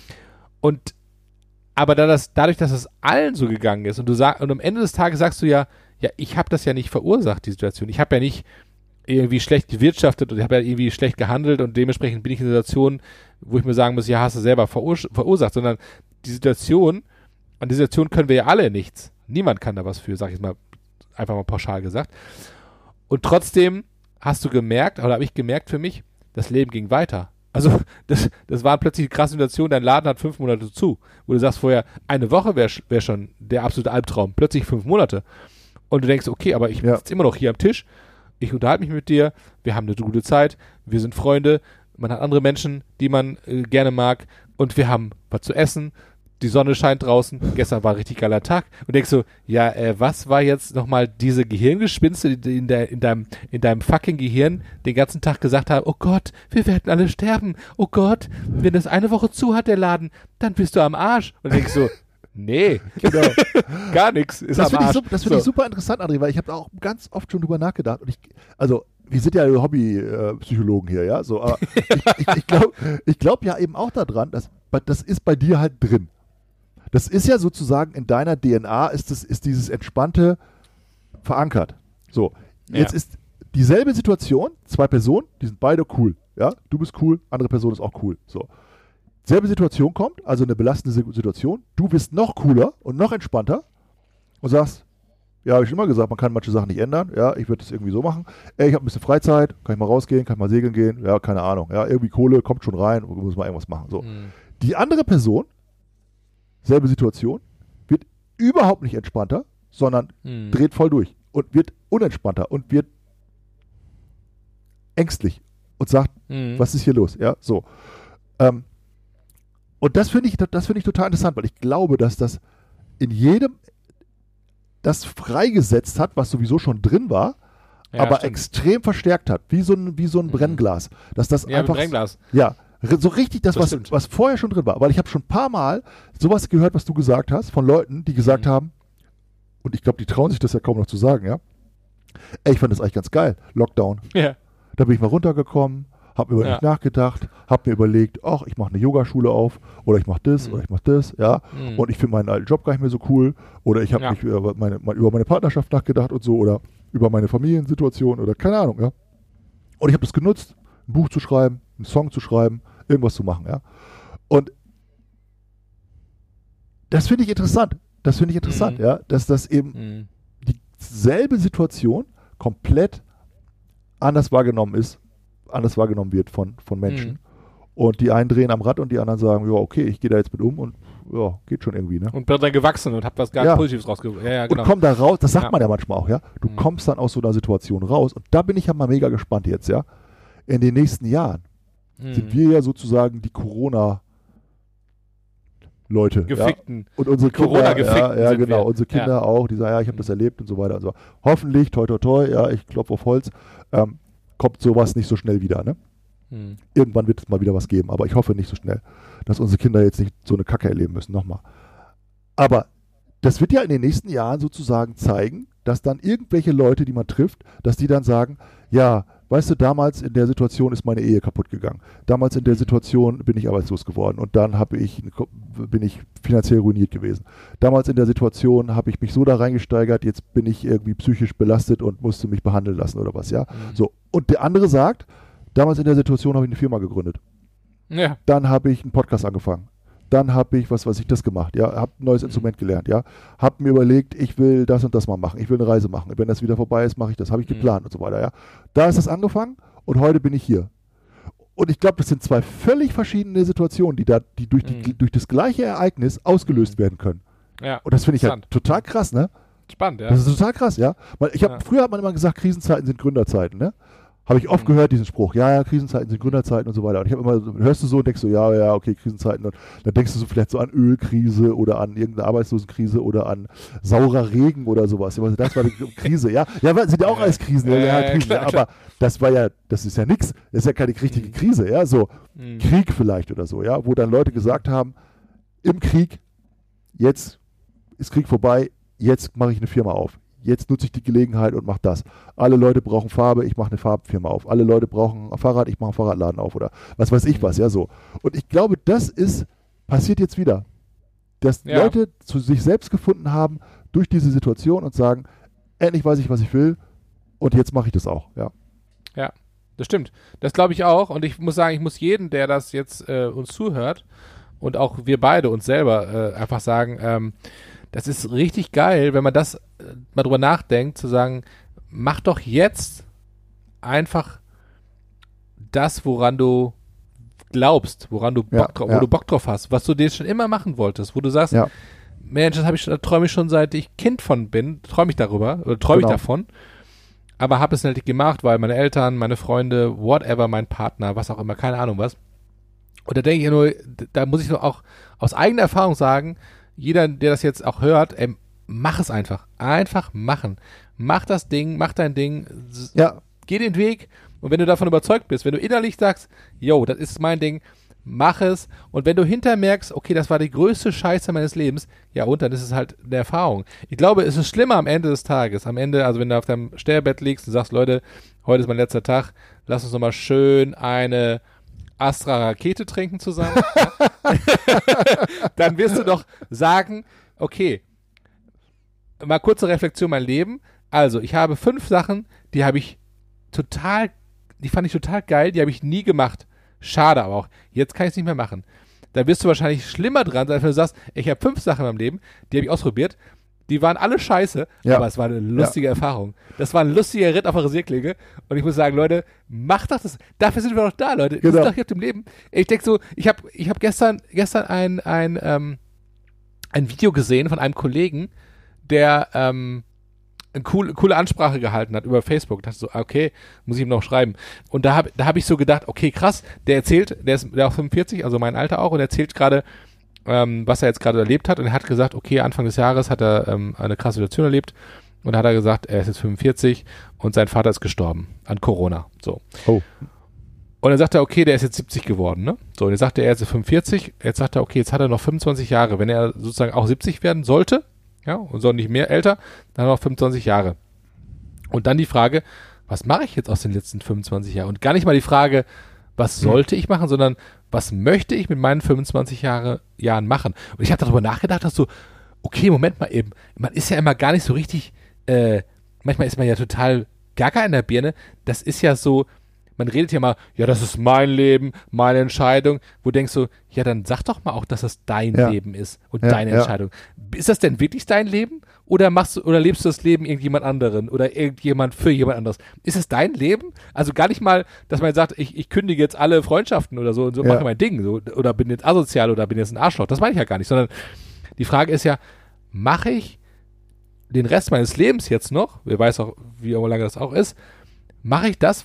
Aber dadurch, dass es allen so gegangen ist und am Ende des Tages sagst du ja, ich habe das ja nicht verursacht, die Situation. Ich habe ja nicht irgendwie schlecht gewirtschaftet und ich habe ja irgendwie schlecht gehandelt und dementsprechend bin ich in einer Situation, wo ich mir sagen muss, ja, hast du selber verursacht, sondern an die Situation können wir ja alle nichts. Niemand kann da was für, sag ich mal, einfach mal pauschal gesagt. Und trotzdem hast du gemerkt, oder habe ich gemerkt für mich, das Leben ging weiter. Also das war plötzlich eine krasse Situation, dein Laden hat 5 Monate zu, wo du sagst vorher, eine Woche wäre schon der absolute Albtraum, plötzlich 5 Monate. Und du denkst, okay, aber ich bin jetzt immer noch hier am Tisch, ich unterhalte mich mit dir, wir haben eine gute Zeit, wir sind Freunde, man hat andere Menschen, die man gerne mag und wir haben was zu essen, die Sonne scheint draußen, gestern war ein richtig geiler Tag und denkst so, was war jetzt nochmal diese Gehirngespinste, die in deinem fucking Gehirn den ganzen Tag gesagt haben, oh Gott, wir werden alle sterben, oh Gott, wenn das eine Woche zu hat, der Laden, dann bist du am Arsch. Und denkst so, nee, genau. Gar nichts ist am Arsch. Das finde ich super interessant, André, weil ich habe da auch ganz oft schon drüber nachgedacht. Und wir sind ja Hobby-Psychologen hier, ja. So, aber ich glaube ja eben auch daran, dass das ist bei dir halt drin. Das ist ja sozusagen in deiner DNA ist dieses Entspannte verankert. So, jetzt ist dieselbe Situation, 2 Personen, die sind beide cool. Ja, du bist cool, andere Person ist auch cool. So. Selbe Situation kommt, also eine belastende Situation. Du bist noch cooler und noch entspannter und sagst, ja, habe ich schon immer gesagt, man kann manche Sachen nicht ändern. Ja, ich würde das irgendwie so machen. Ich habe ein bisschen Freizeit, kann ich mal rausgehen, kann ich mal segeln gehen. Ja, keine Ahnung. Ja, irgendwie Kohle kommt schon rein, muss mal irgendwas machen. So. Die andere Person, selbe Situation, wird überhaupt nicht entspannter, sondern dreht voll durch und wird unentspannter und wird ängstlich und sagt, was ist hier los? Ja, so. Und das finde ich total interessant, weil ich glaube, dass das in jedem das freigesetzt hat, was sowieso schon drin war, aber stimmt. Extrem verstärkt hat, wie so ein Brennglas. Dass das einfach, Brennglas. Ja, so richtig das was vorher schon drin war. Weil ich habe schon ein paar Mal sowas gehört, was du gesagt hast, von Leuten, die gesagt haben, und ich glaube, die trauen sich das ja kaum noch zu sagen, ja. Ich fand das eigentlich ganz geil, Lockdown. Ja. Da bin ich mal runtergekommen, habe mir über mich nachgedacht, habe mir überlegt, ach, ich mache eine Yogaschule auf oder ich mache das oder ich mache das, ja. Und ich finde meinen alten Job gar nicht mehr so cool oder ich habe mich über meine Partnerschaft nachgedacht und so oder über meine Familiensituation oder keine Ahnung, ja. Und ich habe das genutzt, ein Buch zu schreiben, einen Song zu schreiben, irgendwas zu machen, ja. Und das finde ich interessant. Ja, dass das eben dieselbe Situation komplett anders wahrgenommen wird von Menschen. Und die einen drehen am Rad und die anderen sagen, ja, okay, ich gehe da jetzt mit um und ja, geht schon irgendwie, ne? Und bin dann gewachsen und hab was ganz Positives rausgeholt. Ja, genau. Und komm da raus, das sagt man ja manchmal auch, ja. Du kommst dann aus so einer Situation raus und da bin ich ja mal mega gespannt jetzt, ja. In den nächsten Jahren sind wir ja sozusagen die Corona-Leute. Gefickten. Ja? Und unsere Corona-Gefickten Kinder, genau, unsere Kinder auch, die sagen, ja, ich habe das erlebt und so weiter und so. Hoffentlich, toi, toi, toi, ja, ich klopfe auf Holz, kommt sowas nicht so schnell wieder, ne? Irgendwann wird es mal wieder was geben, aber ich hoffe nicht so schnell, dass unsere Kinder jetzt nicht so eine Kacke erleben müssen, nochmal. Aber das wird ja in den nächsten Jahren sozusagen zeigen, dass dann irgendwelche Leute, die man trifft, dass die dann sagen, ja, weißt du, damals in der Situation ist meine Ehe kaputt gegangen. Damals in der Situation bin ich arbeitslos geworden und dann bin ich finanziell ruiniert gewesen. Damals in der Situation habe ich mich so da reingesteigert, jetzt bin ich irgendwie psychisch belastet und musste mich behandeln lassen oder was, ja. So. Und der andere sagt, damals in der Situation habe ich eine Firma gegründet. Ja. Dann habe ich einen Podcast angefangen. Dann habe ich, was weiß ich, das gemacht, ja, habe ein neues Instrument gelernt, ja, habe mir überlegt, ich will das und das mal machen, ich will eine Reise machen, wenn das wieder vorbei ist, mache ich das, habe ich geplant und so weiter, ja. Da ist das angefangen und heute bin ich hier. Und ich glaube, das sind zwei völlig verschiedene Situationen, die durch das gleiche Ereignis ausgelöst werden können. Ja. Und das finde ich halt total krass, ne? Spannend, ja. Das ist total krass, ja. Weil früher hat man immer gesagt, Krisenzeiten sind Gründerzeiten, ne? Habe ich oft gehört, diesen Spruch, ja, Krisenzeiten sind Gründerzeiten und so weiter. Und ich habe immer, hörst du so und denkst so, ja, okay, Krisenzeiten. Und dann denkst du so vielleicht so an Ölkrise oder an irgendeine Arbeitslosenkrise oder an saurer Regen oder sowas. Also das war eine Krise, ja. Ja, sind ja auch alles Krisen, Krisen, klar. Aber das ist ja nichts. Das ist ja keine richtige Krise, ja. So Krieg vielleicht oder so, ja, wo dann Leute gesagt haben, im Krieg, jetzt ist Krieg vorbei, jetzt mache ich eine Firma auf. Jetzt nutze ich die Gelegenheit und mache das. Alle Leute brauchen Farbe, ich mache eine Farbfirma auf. Alle Leute brauchen ein Fahrrad, ich mache einen Fahrradladen auf oder was weiß ich was, ja so. Und ich glaube, passiert jetzt wieder. Dass Leute zu sich selbst gefunden haben durch diese Situation und sagen, endlich weiß ich, was ich will und jetzt mache ich das auch, ja. Ja, das stimmt. Das glaube ich auch und ich muss sagen, ich muss jeden, der das jetzt uns zuhört und auch wir beide uns selber einfach sagen, das ist richtig geil, wenn man das mal drüber nachdenkt, zu sagen, mach doch jetzt einfach das, woran du glaubst, woran du wo du Bock drauf hast, was du dir schon immer machen wolltest, wo du sagst, Mensch, das träume ich schon seit ich Kind von bin, träume ich darüber, oder träume ich davon, aber habe es nicht gemacht, weil meine Eltern, meine Freunde, whatever, mein Partner, was auch immer, keine Ahnung was. Und da denke ich nur, da muss ich nur auch aus eigener Erfahrung sagen, jeder, der das jetzt auch hört, mach es einfach. Einfach machen. Mach das Ding, mach dein Ding. Ja. Geh den Weg. Und wenn du davon überzeugt bist, wenn du innerlich sagst, yo, das ist mein Ding, mach es. Und wenn du hinterher merkst, okay, das war die größte Scheiße meines Lebens, ja und, dann ist es halt eine Erfahrung. Ich glaube, es ist schlimmer am Ende des Tages. Am Ende, also wenn du auf deinem Sterbebett liegst und sagst, Leute, heute ist mein letzter Tag, lass uns nochmal schön eine Astra-Rakete trinken zusammen, dann wirst du doch sagen, okay, mal kurze Reflexion mein Leben. Also, ich habe 5 Sachen, die fand ich total geil, die habe ich nie gemacht. Schade aber auch. Jetzt kann ich es nicht mehr machen. Da wirst du wahrscheinlich schlimmer dran sein, wenn du sagst, ich habe 5 Sachen in meinem Leben, die habe ich ausprobiert. Die waren alle scheiße, aber es war eine lustige Erfahrung. Das war ein lustiger Ritt auf der Rasierklinge. Und ich muss sagen, Leute, macht doch das. Dafür sind wir doch da, Leute. Genau. Das ist doch hier auf dem Leben. Ich denke so, ich hab gestern ein Video gesehen von einem Kollegen, der eine coole Ansprache gehalten hat über Facebook. Ich dachte so, okay, muss ich ihm noch schreiben. Und da hab ich so gedacht, okay, krass, der ist auch 45, also mein Alter auch, und erzählt gerade, was er jetzt gerade erlebt hat. Und er hat gesagt, okay, Anfang des Jahres hat er eine krasse Situation erlebt. Und da hat er gesagt, er ist jetzt 45 und sein Vater ist gestorben an Corona. So. Oh. Und dann sagt er, okay, der ist jetzt 70 geworden, ne? So, und jetzt sagt er ist 45. Jetzt sagt er, okay, jetzt hat er noch 25 Jahre. Wenn er sozusagen auch 70 werden sollte, ja, und soll nicht mehr älter, dann hat er noch 25 Jahre. Und dann die Frage, was mache ich jetzt aus den letzten 25 Jahren? Und gar nicht mal die Frage, was sollte ich machen, sondern was möchte ich mit meinen 25 Jahren machen? Und ich habe darüber nachgedacht, dass so, okay, Moment mal eben, man ist ja immer gar nicht so richtig, manchmal ist man ja total gaga in der Birne. Das ist ja so, man redet ja mal, ja, das ist mein Leben, meine Entscheidung. Wo denkst du, ja, dann sag doch mal auch, dass das dein Leben ist und deine Entscheidung. Ist das denn wirklich dein Leben? Oder lebst du das Leben irgendjemand anderen oder irgendjemand für jemand anderes? Ist es dein Leben? Also gar nicht mal, dass man sagt, ich kündige jetzt alle Freundschaften oder so und so mache mein Ding. So, oder bin jetzt asozial oder bin jetzt ein Arschloch. Das meine ich ja gar nicht. Sondern die Frage ist ja, mache ich den Rest meines Lebens jetzt noch, wer weiß auch, wie lange das auch ist, mache ich das,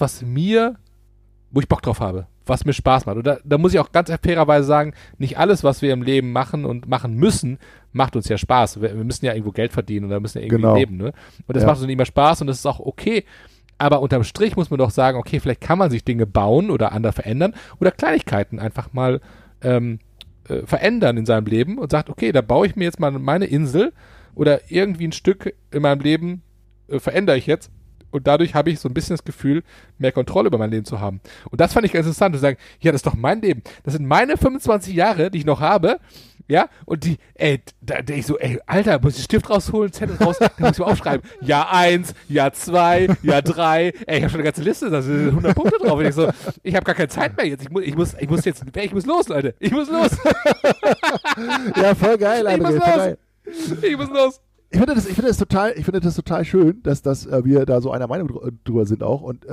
wo ich Bock drauf habe, was mir Spaß macht. Und da muss ich auch ganz fairerweise sagen, nicht alles, was wir im Leben machen und machen müssen, macht uns ja Spaß. Wir müssen ja irgendwo Geld verdienen oder müssen ja irgendwie leben. Ne? Und das macht uns nicht mehr Spaß und das ist auch okay. Aber unterm Strich muss man doch sagen, okay, vielleicht kann man sich Dinge bauen oder anders verändern oder Kleinigkeiten einfach mal verändern in seinem Leben und sagt, okay, da baue ich mir jetzt mal meine Insel oder irgendwie ein Stück in meinem Leben verändere ich jetzt und dadurch habe ich so ein bisschen das Gefühl, mehr Kontrolle über mein Leben zu haben. Und das fand ich ganz interessant, zu sagen, ja, das ist doch mein Leben. Das sind meine 25 Jahre, die ich noch habe, ja, und da denke ich so, Alter, muss ich Stift rausholen, Zettel raus, da muss ich mal aufschreiben. Jahr 1, Jahr 2, Jahr 3, ich habe schon eine ganze Liste, da sind 100 Punkte drauf. Und ich habe gar keine Zeit mehr jetzt, ich muss los, Leute, ich muss los. Ja, voll geil, André, Ich muss los. Ich finde das total schön, dass wir da so einer Meinung drüber sind auch und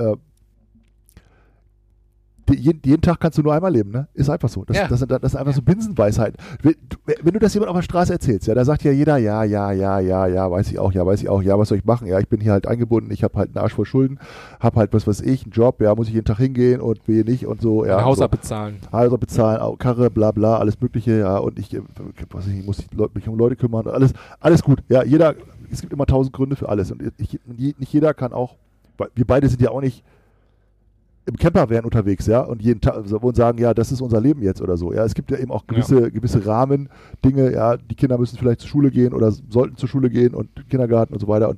jeden Tag kannst du nur einmal leben, ne? Ist einfach so. Das sind einfach so Binsenweisheiten. Wenn du das jemand auf der Straße erzählst, ja, da sagt ja jeder, ja, weiß ich auch, ja, was soll ich machen? Ja, ich bin hier halt eingebunden, ich habe halt einen Arsch voll Schulden, habe halt was weiß ich, einen Job, ja, muss ich jeden Tag hingehen und will nicht und so. Ja, Haus abbezahlen. Haus abbezahlen, Karre, bla bla, alles mögliche, ja, und ich muss mich um Leute kümmern, alles gut. Ja, es gibt immer 1000 Gründe für alles und nicht jeder kann auch, wir beide sind ja auch nicht im Campervan unterwegs, ja, und jeden Tag und sagen, ja, das ist unser Leben jetzt oder so. Ja, es gibt ja eben auch gewisse Rahmendinge, ja, die Kinder müssen vielleicht zur Schule gehen oder sollten zur Schule gehen und Kindergarten und so weiter und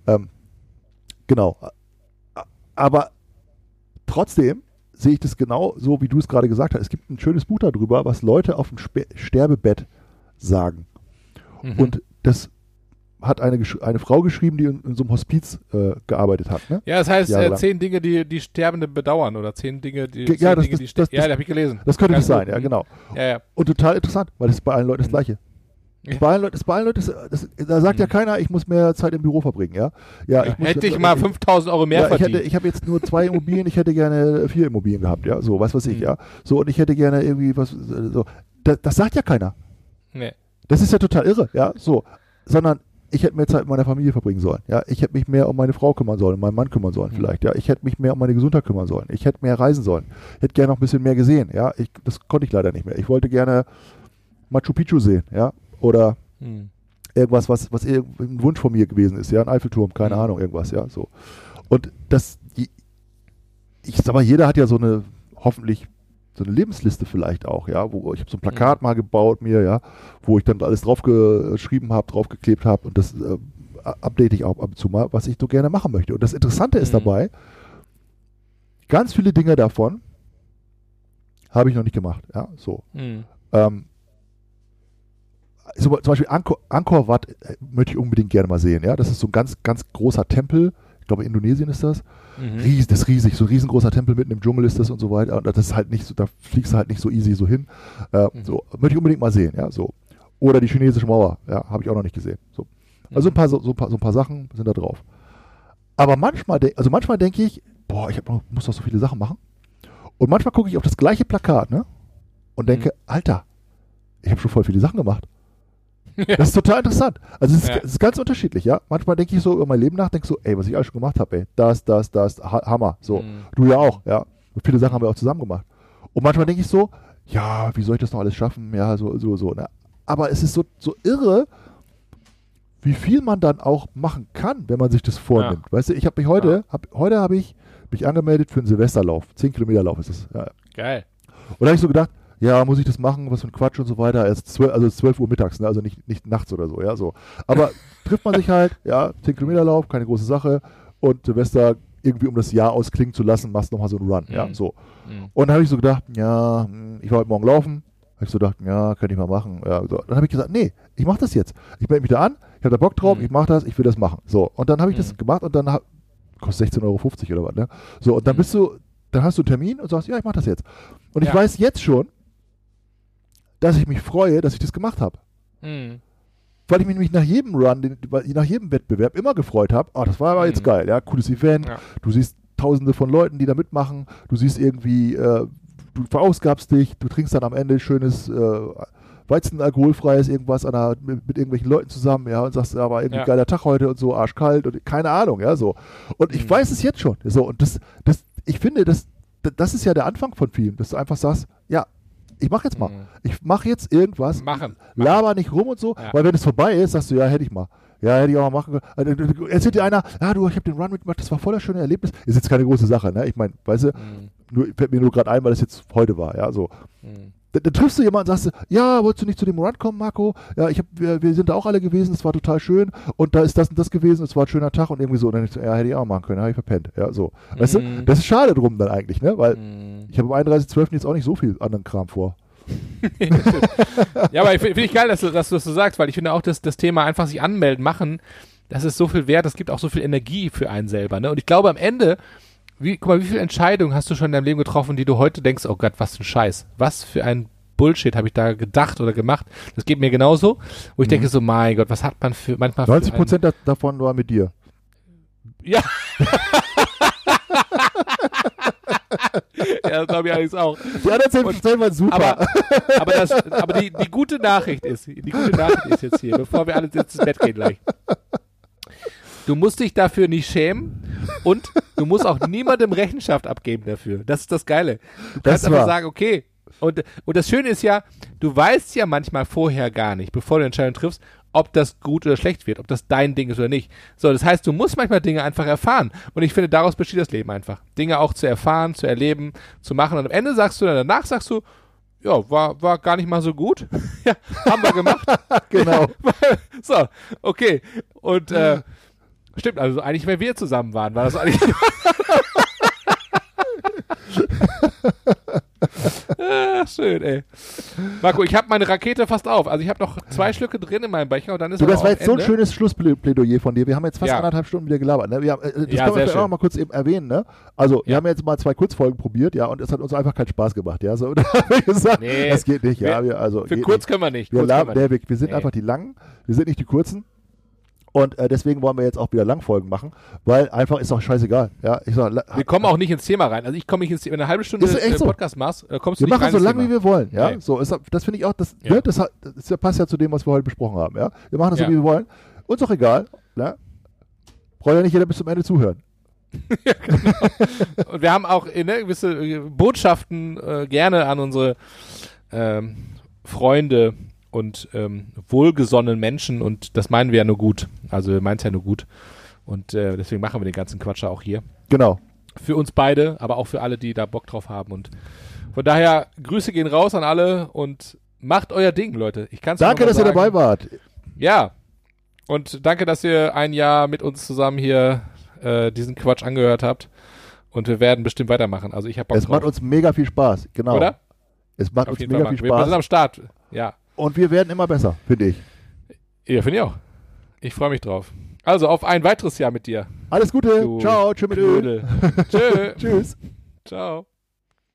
genau. Aber trotzdem sehe ich das genau so, wie du es gerade gesagt hast. Es gibt ein schönes Buch darüber, was Leute auf dem Sterbebett sagen. Und das hat eine Frau geschrieben, die in so einem Hospiz gearbeitet hat. Ne? Ja, das heißt 10 Dinge, die Sterbende bedauern oder 10 Dinge, die sterben. Ja, das habe ich gelesen. Das könnte nicht sein, ja, genau. Ja. Und total interessant, weil das ist bei allen Leuten das Gleiche. Bei allen Leuten, da sagt ja keiner, ich muss mehr Zeit im Büro verbringen, ja. Hätte ich mal 5.000 Euro mehr verdient. Ich habe jetzt nur 2 Immobilien, ich hätte gerne 4 Immobilien gehabt, ja, so, was weiß ich, ja. So, und ich hätte gerne irgendwie was, so. Das sagt ja keiner. Nee. Das ist ja total irre, ja, so. Sondern ich hätte mehr Zeit mit meiner Familie verbringen sollen. Ja, ich hätte mich mehr um meine Frau kümmern sollen, um meinen Mann kümmern sollen vielleicht. Ja, ich hätte mich mehr um meine Gesundheit kümmern sollen. Ich hätte mehr reisen sollen. Ich hätte gerne noch ein bisschen mehr gesehen. Ja, das konnte ich leider nicht mehr. Ich wollte gerne Machu Picchu sehen. Ja, oder irgendwas, was ein Wunsch von mir gewesen ist. Ja, ein Eiffelturm, keine Ahnung, irgendwas. Ja, so. Und ich sag mal, jeder hat ja so eine Lebensliste vielleicht auch, ja, wo ich habe so ein Plakat mal gebaut mir, ja, wo ich dann alles drauf geschrieben habe, draufgeklebt habe und das update ich auch ab und zu mal, was ich so gerne machen möchte. Und das Interessante ist dabei, ganz viele Dinge davon habe ich noch nicht gemacht, ja, so. Zum Beispiel Angkor Wat möchte ich unbedingt gerne mal sehen, ja, das ist so ein ganz, ganz großer Tempel, ich glaube in Indonesien ist das. Das ist riesig, so ein riesengroßer Tempel mitten im Dschungel ist das und so weiter. Und das ist halt nicht so, da fliegst du halt nicht so easy so hin. So, möchte ich unbedingt mal sehen, ja, so. Oder die chinesische Mauer, ja, habe ich auch noch nicht gesehen. So. Also ein paar Sachen sind da drauf. Aber manchmal denke ich, boah, muss doch so viele Sachen machen. Und manchmal gucke ich auf das gleiche Plakat, ne? Und denke, Alter, ich habe schon voll viele Sachen gemacht. Ja. Das ist total interessant. Also es ist ganz unterschiedlich, ja. Manchmal denke ich so über mein Leben nach, denke so, ey, was ich alles schon gemacht habe, ey, das, Hammer, so. Du ja auch, ja. Und viele Sachen haben wir auch zusammen gemacht. Und manchmal denke ich so, ja, wie soll ich das noch alles schaffen? Ja, so, ne? Aber es ist so irre, wie viel man dann auch machen kann, wenn man sich das vornimmt. Ja. Weißt du, ich habe mich heute habe ich mich angemeldet für einen Silvesterlauf. 10 Kilometer Lauf ist es. Ja. Geil. Und da habe ich so gedacht, ja, muss ich das machen, was für ein Quatsch und so weiter. Es ist 12 Uhr mittags, ne? Also nicht nachts oder so, ja, so. Aber trifft man sich halt, ja, 10 Kilometer Lauf, keine große Sache und Silvester irgendwie, um das Jahr ausklingen zu lassen, machst du nochmal so einen Run, ja, so. Und dann habe ich so gedacht, ja, ich war heute Morgen laufen, habe ich so gedacht, ja, könnte ich mal machen, ja, so. Dann habe ich gesagt, nee, ich mache das jetzt. Ich melde mich da an, ich habe da Bock drauf, ich mache das, ich will das machen. So, und dann habe ich das gemacht und dann kostet 16,50 € oder was, ne? So, und dann dann hast du einen Termin und sagst, ja, ich mache das jetzt. Und ich weiß jetzt schon, dass ich mich freue, dass ich das gemacht habe. Weil ich mich nämlich nach jedem Run, nach jedem Wettbewerb immer gefreut habe, das war aber jetzt geil, ja, cooles Event, du siehst Tausende von Leuten, die da mitmachen, du siehst irgendwie, du verausgabst dich, du trinkst dann am Ende schönes Weizenalkoholfreies irgendwas mit irgendwelchen Leuten zusammen, ja, und sagst, ja, war irgendwie geiler Tag heute und so, arschkalt und keine Ahnung, ja, so. Und ich weiß es jetzt schon, so, und ich finde, das ist ja der Anfang von Film, dass du einfach sagst, ja, ich mache jetzt mal. Ich mache jetzt irgendwas. Laber nicht rum und so, weil wenn es vorbei ist, sagst du, ja, hätte ich mal. Ja, hätte ich auch mal machen können. Erzählt dir einer, ich habe den Run mitgemacht, das war voll das schöne Erlebnis. Ist jetzt keine große Sache, ne? Ich meine, weißt du, fällt mir nur gerade ein, weil das jetzt heute war, ja, so. Dann triffst du jemanden und sagst, ja, wolltest du nicht zu dem Run kommen, Marco? Ja, wir sind da auch alle gewesen, es war total schön und da ist das und das gewesen, es war ein schöner Tag und irgendwie so. Und dann denkst du, ja, hätte ich auch machen können, habe ich verpennt. Ja, so. Weißt du, das ist schade drum dann eigentlich, ne? Weil ich habe am 31.12. jetzt auch nicht so viel anderen Kram vor. Ja, aber finde ich geil, dass du das so sagst, weil ich finde auch, dass das Thema einfach sich anmelden, machen, das ist so viel wert, das gibt auch so viel Energie für einen selber, ne? Und ich glaube am Ende, guck mal, wie viele Entscheidungen hast du schon in deinem Leben getroffen, die du heute denkst, oh Gott, was für ein Scheiß, was für ein Bullshit habe ich da gedacht oder gemacht. Das geht mir genauso, wo ich denke so, mein Gott, was hat man manchmal 90% davon war mit dir. Ja. Ja, das glaube ich allerdings auch. Die anderen 10% waren super. Aber die gute Nachricht ist jetzt hier, bevor wir alle jetzt ins Bett gehen gleich. Du musst dich dafür nicht schämen und du musst auch niemandem Rechenschaft abgeben dafür. Das ist das Geile. Du kannst einfach sagen, okay. Und das Schöne ist ja, du weißt ja manchmal vorher gar nicht, bevor du eine Entscheidung triffst, ob das gut oder schlecht wird, ob das dein Ding ist oder nicht. So, das heißt, du musst manchmal Dinge einfach erfahren. Und ich finde, daraus besteht das Leben einfach. Dinge auch zu erfahren, zu erleben, zu machen. Und am Ende danach sagst du, ja, war gar nicht mal so gut. Ja, haben wir gemacht. Genau. So, okay. Und stimmt, also eigentlich, wenn wir zusammen waren, war das eigentlich... Schön, ey. Marco, ich habe meine Rakete fast auf. Also ich habe noch 2 Schlücke drin in meinem Becher und dann ist das war jetzt Ende. So ein schönes Schlussplädoyer von dir. Wir haben jetzt fast 1,5 Stunden wieder gelabert. Ne? Das können wir vielleicht auch noch mal kurz eben erwähnen. Ne? Also wir haben jetzt mal 2 Kurzfolgen probiert, ja, und es hat uns einfach keinen Spaß gemacht. Ja, so, da haben wir gesagt, das geht nicht. Ja, für kurz können wir nicht. Wir sind einfach die Langen, wir sind nicht die Kurzen. Und deswegen wollen wir jetzt auch wieder Langfolgen machen, weil einfach ist auch scheißegal. Ja, wir kommen auch nicht ins Thema rein. Also ich komme nicht ins Thema. Wenn du eine halbe Stunde Podcast machst, kommst du nicht rein. Wir machen so lange, wie wir wollen. Ja, nee. so das finde ich auch. Das passt ja zu dem, was wir heute besprochen haben. Ja, wir machen das so, wie wir wollen. Uns auch egal. Ne? Braucht ja nicht jeder bis zum Ende zuhören. Ja, genau. Und wir haben auch gewisse Botschaften gerne an unsere Freunde und wohlgesonnenen Menschen und das meinen wir ja nur gut. Also wir meinen es ja nur gut. Und deswegen machen wir den ganzen Quatsch auch hier. Genau. Für uns beide, aber auch für alle, die da Bock drauf haben. Und von daher, Grüße gehen raus an alle und macht euer Ding, Leute. Danke, dass ihr dabei wart. Ja. Und danke, dass ihr ein Jahr mit uns zusammen hier diesen Quatsch angehört habt. Und wir werden bestimmt weitermachen. Also ich habe Bock drauf. Es macht uns mega viel Spaß, genau. Oder? Es macht uns mega viel Spaß. Wir sind am Start, ja. Und wir werden immer besser, finde ich. Ja, finde ich auch. Ich freue mich drauf. Also auf ein weiteres Jahr mit dir. Alles Gute. Ciao. Tschö mit Öl. Tschö. Tschüss. Ciao.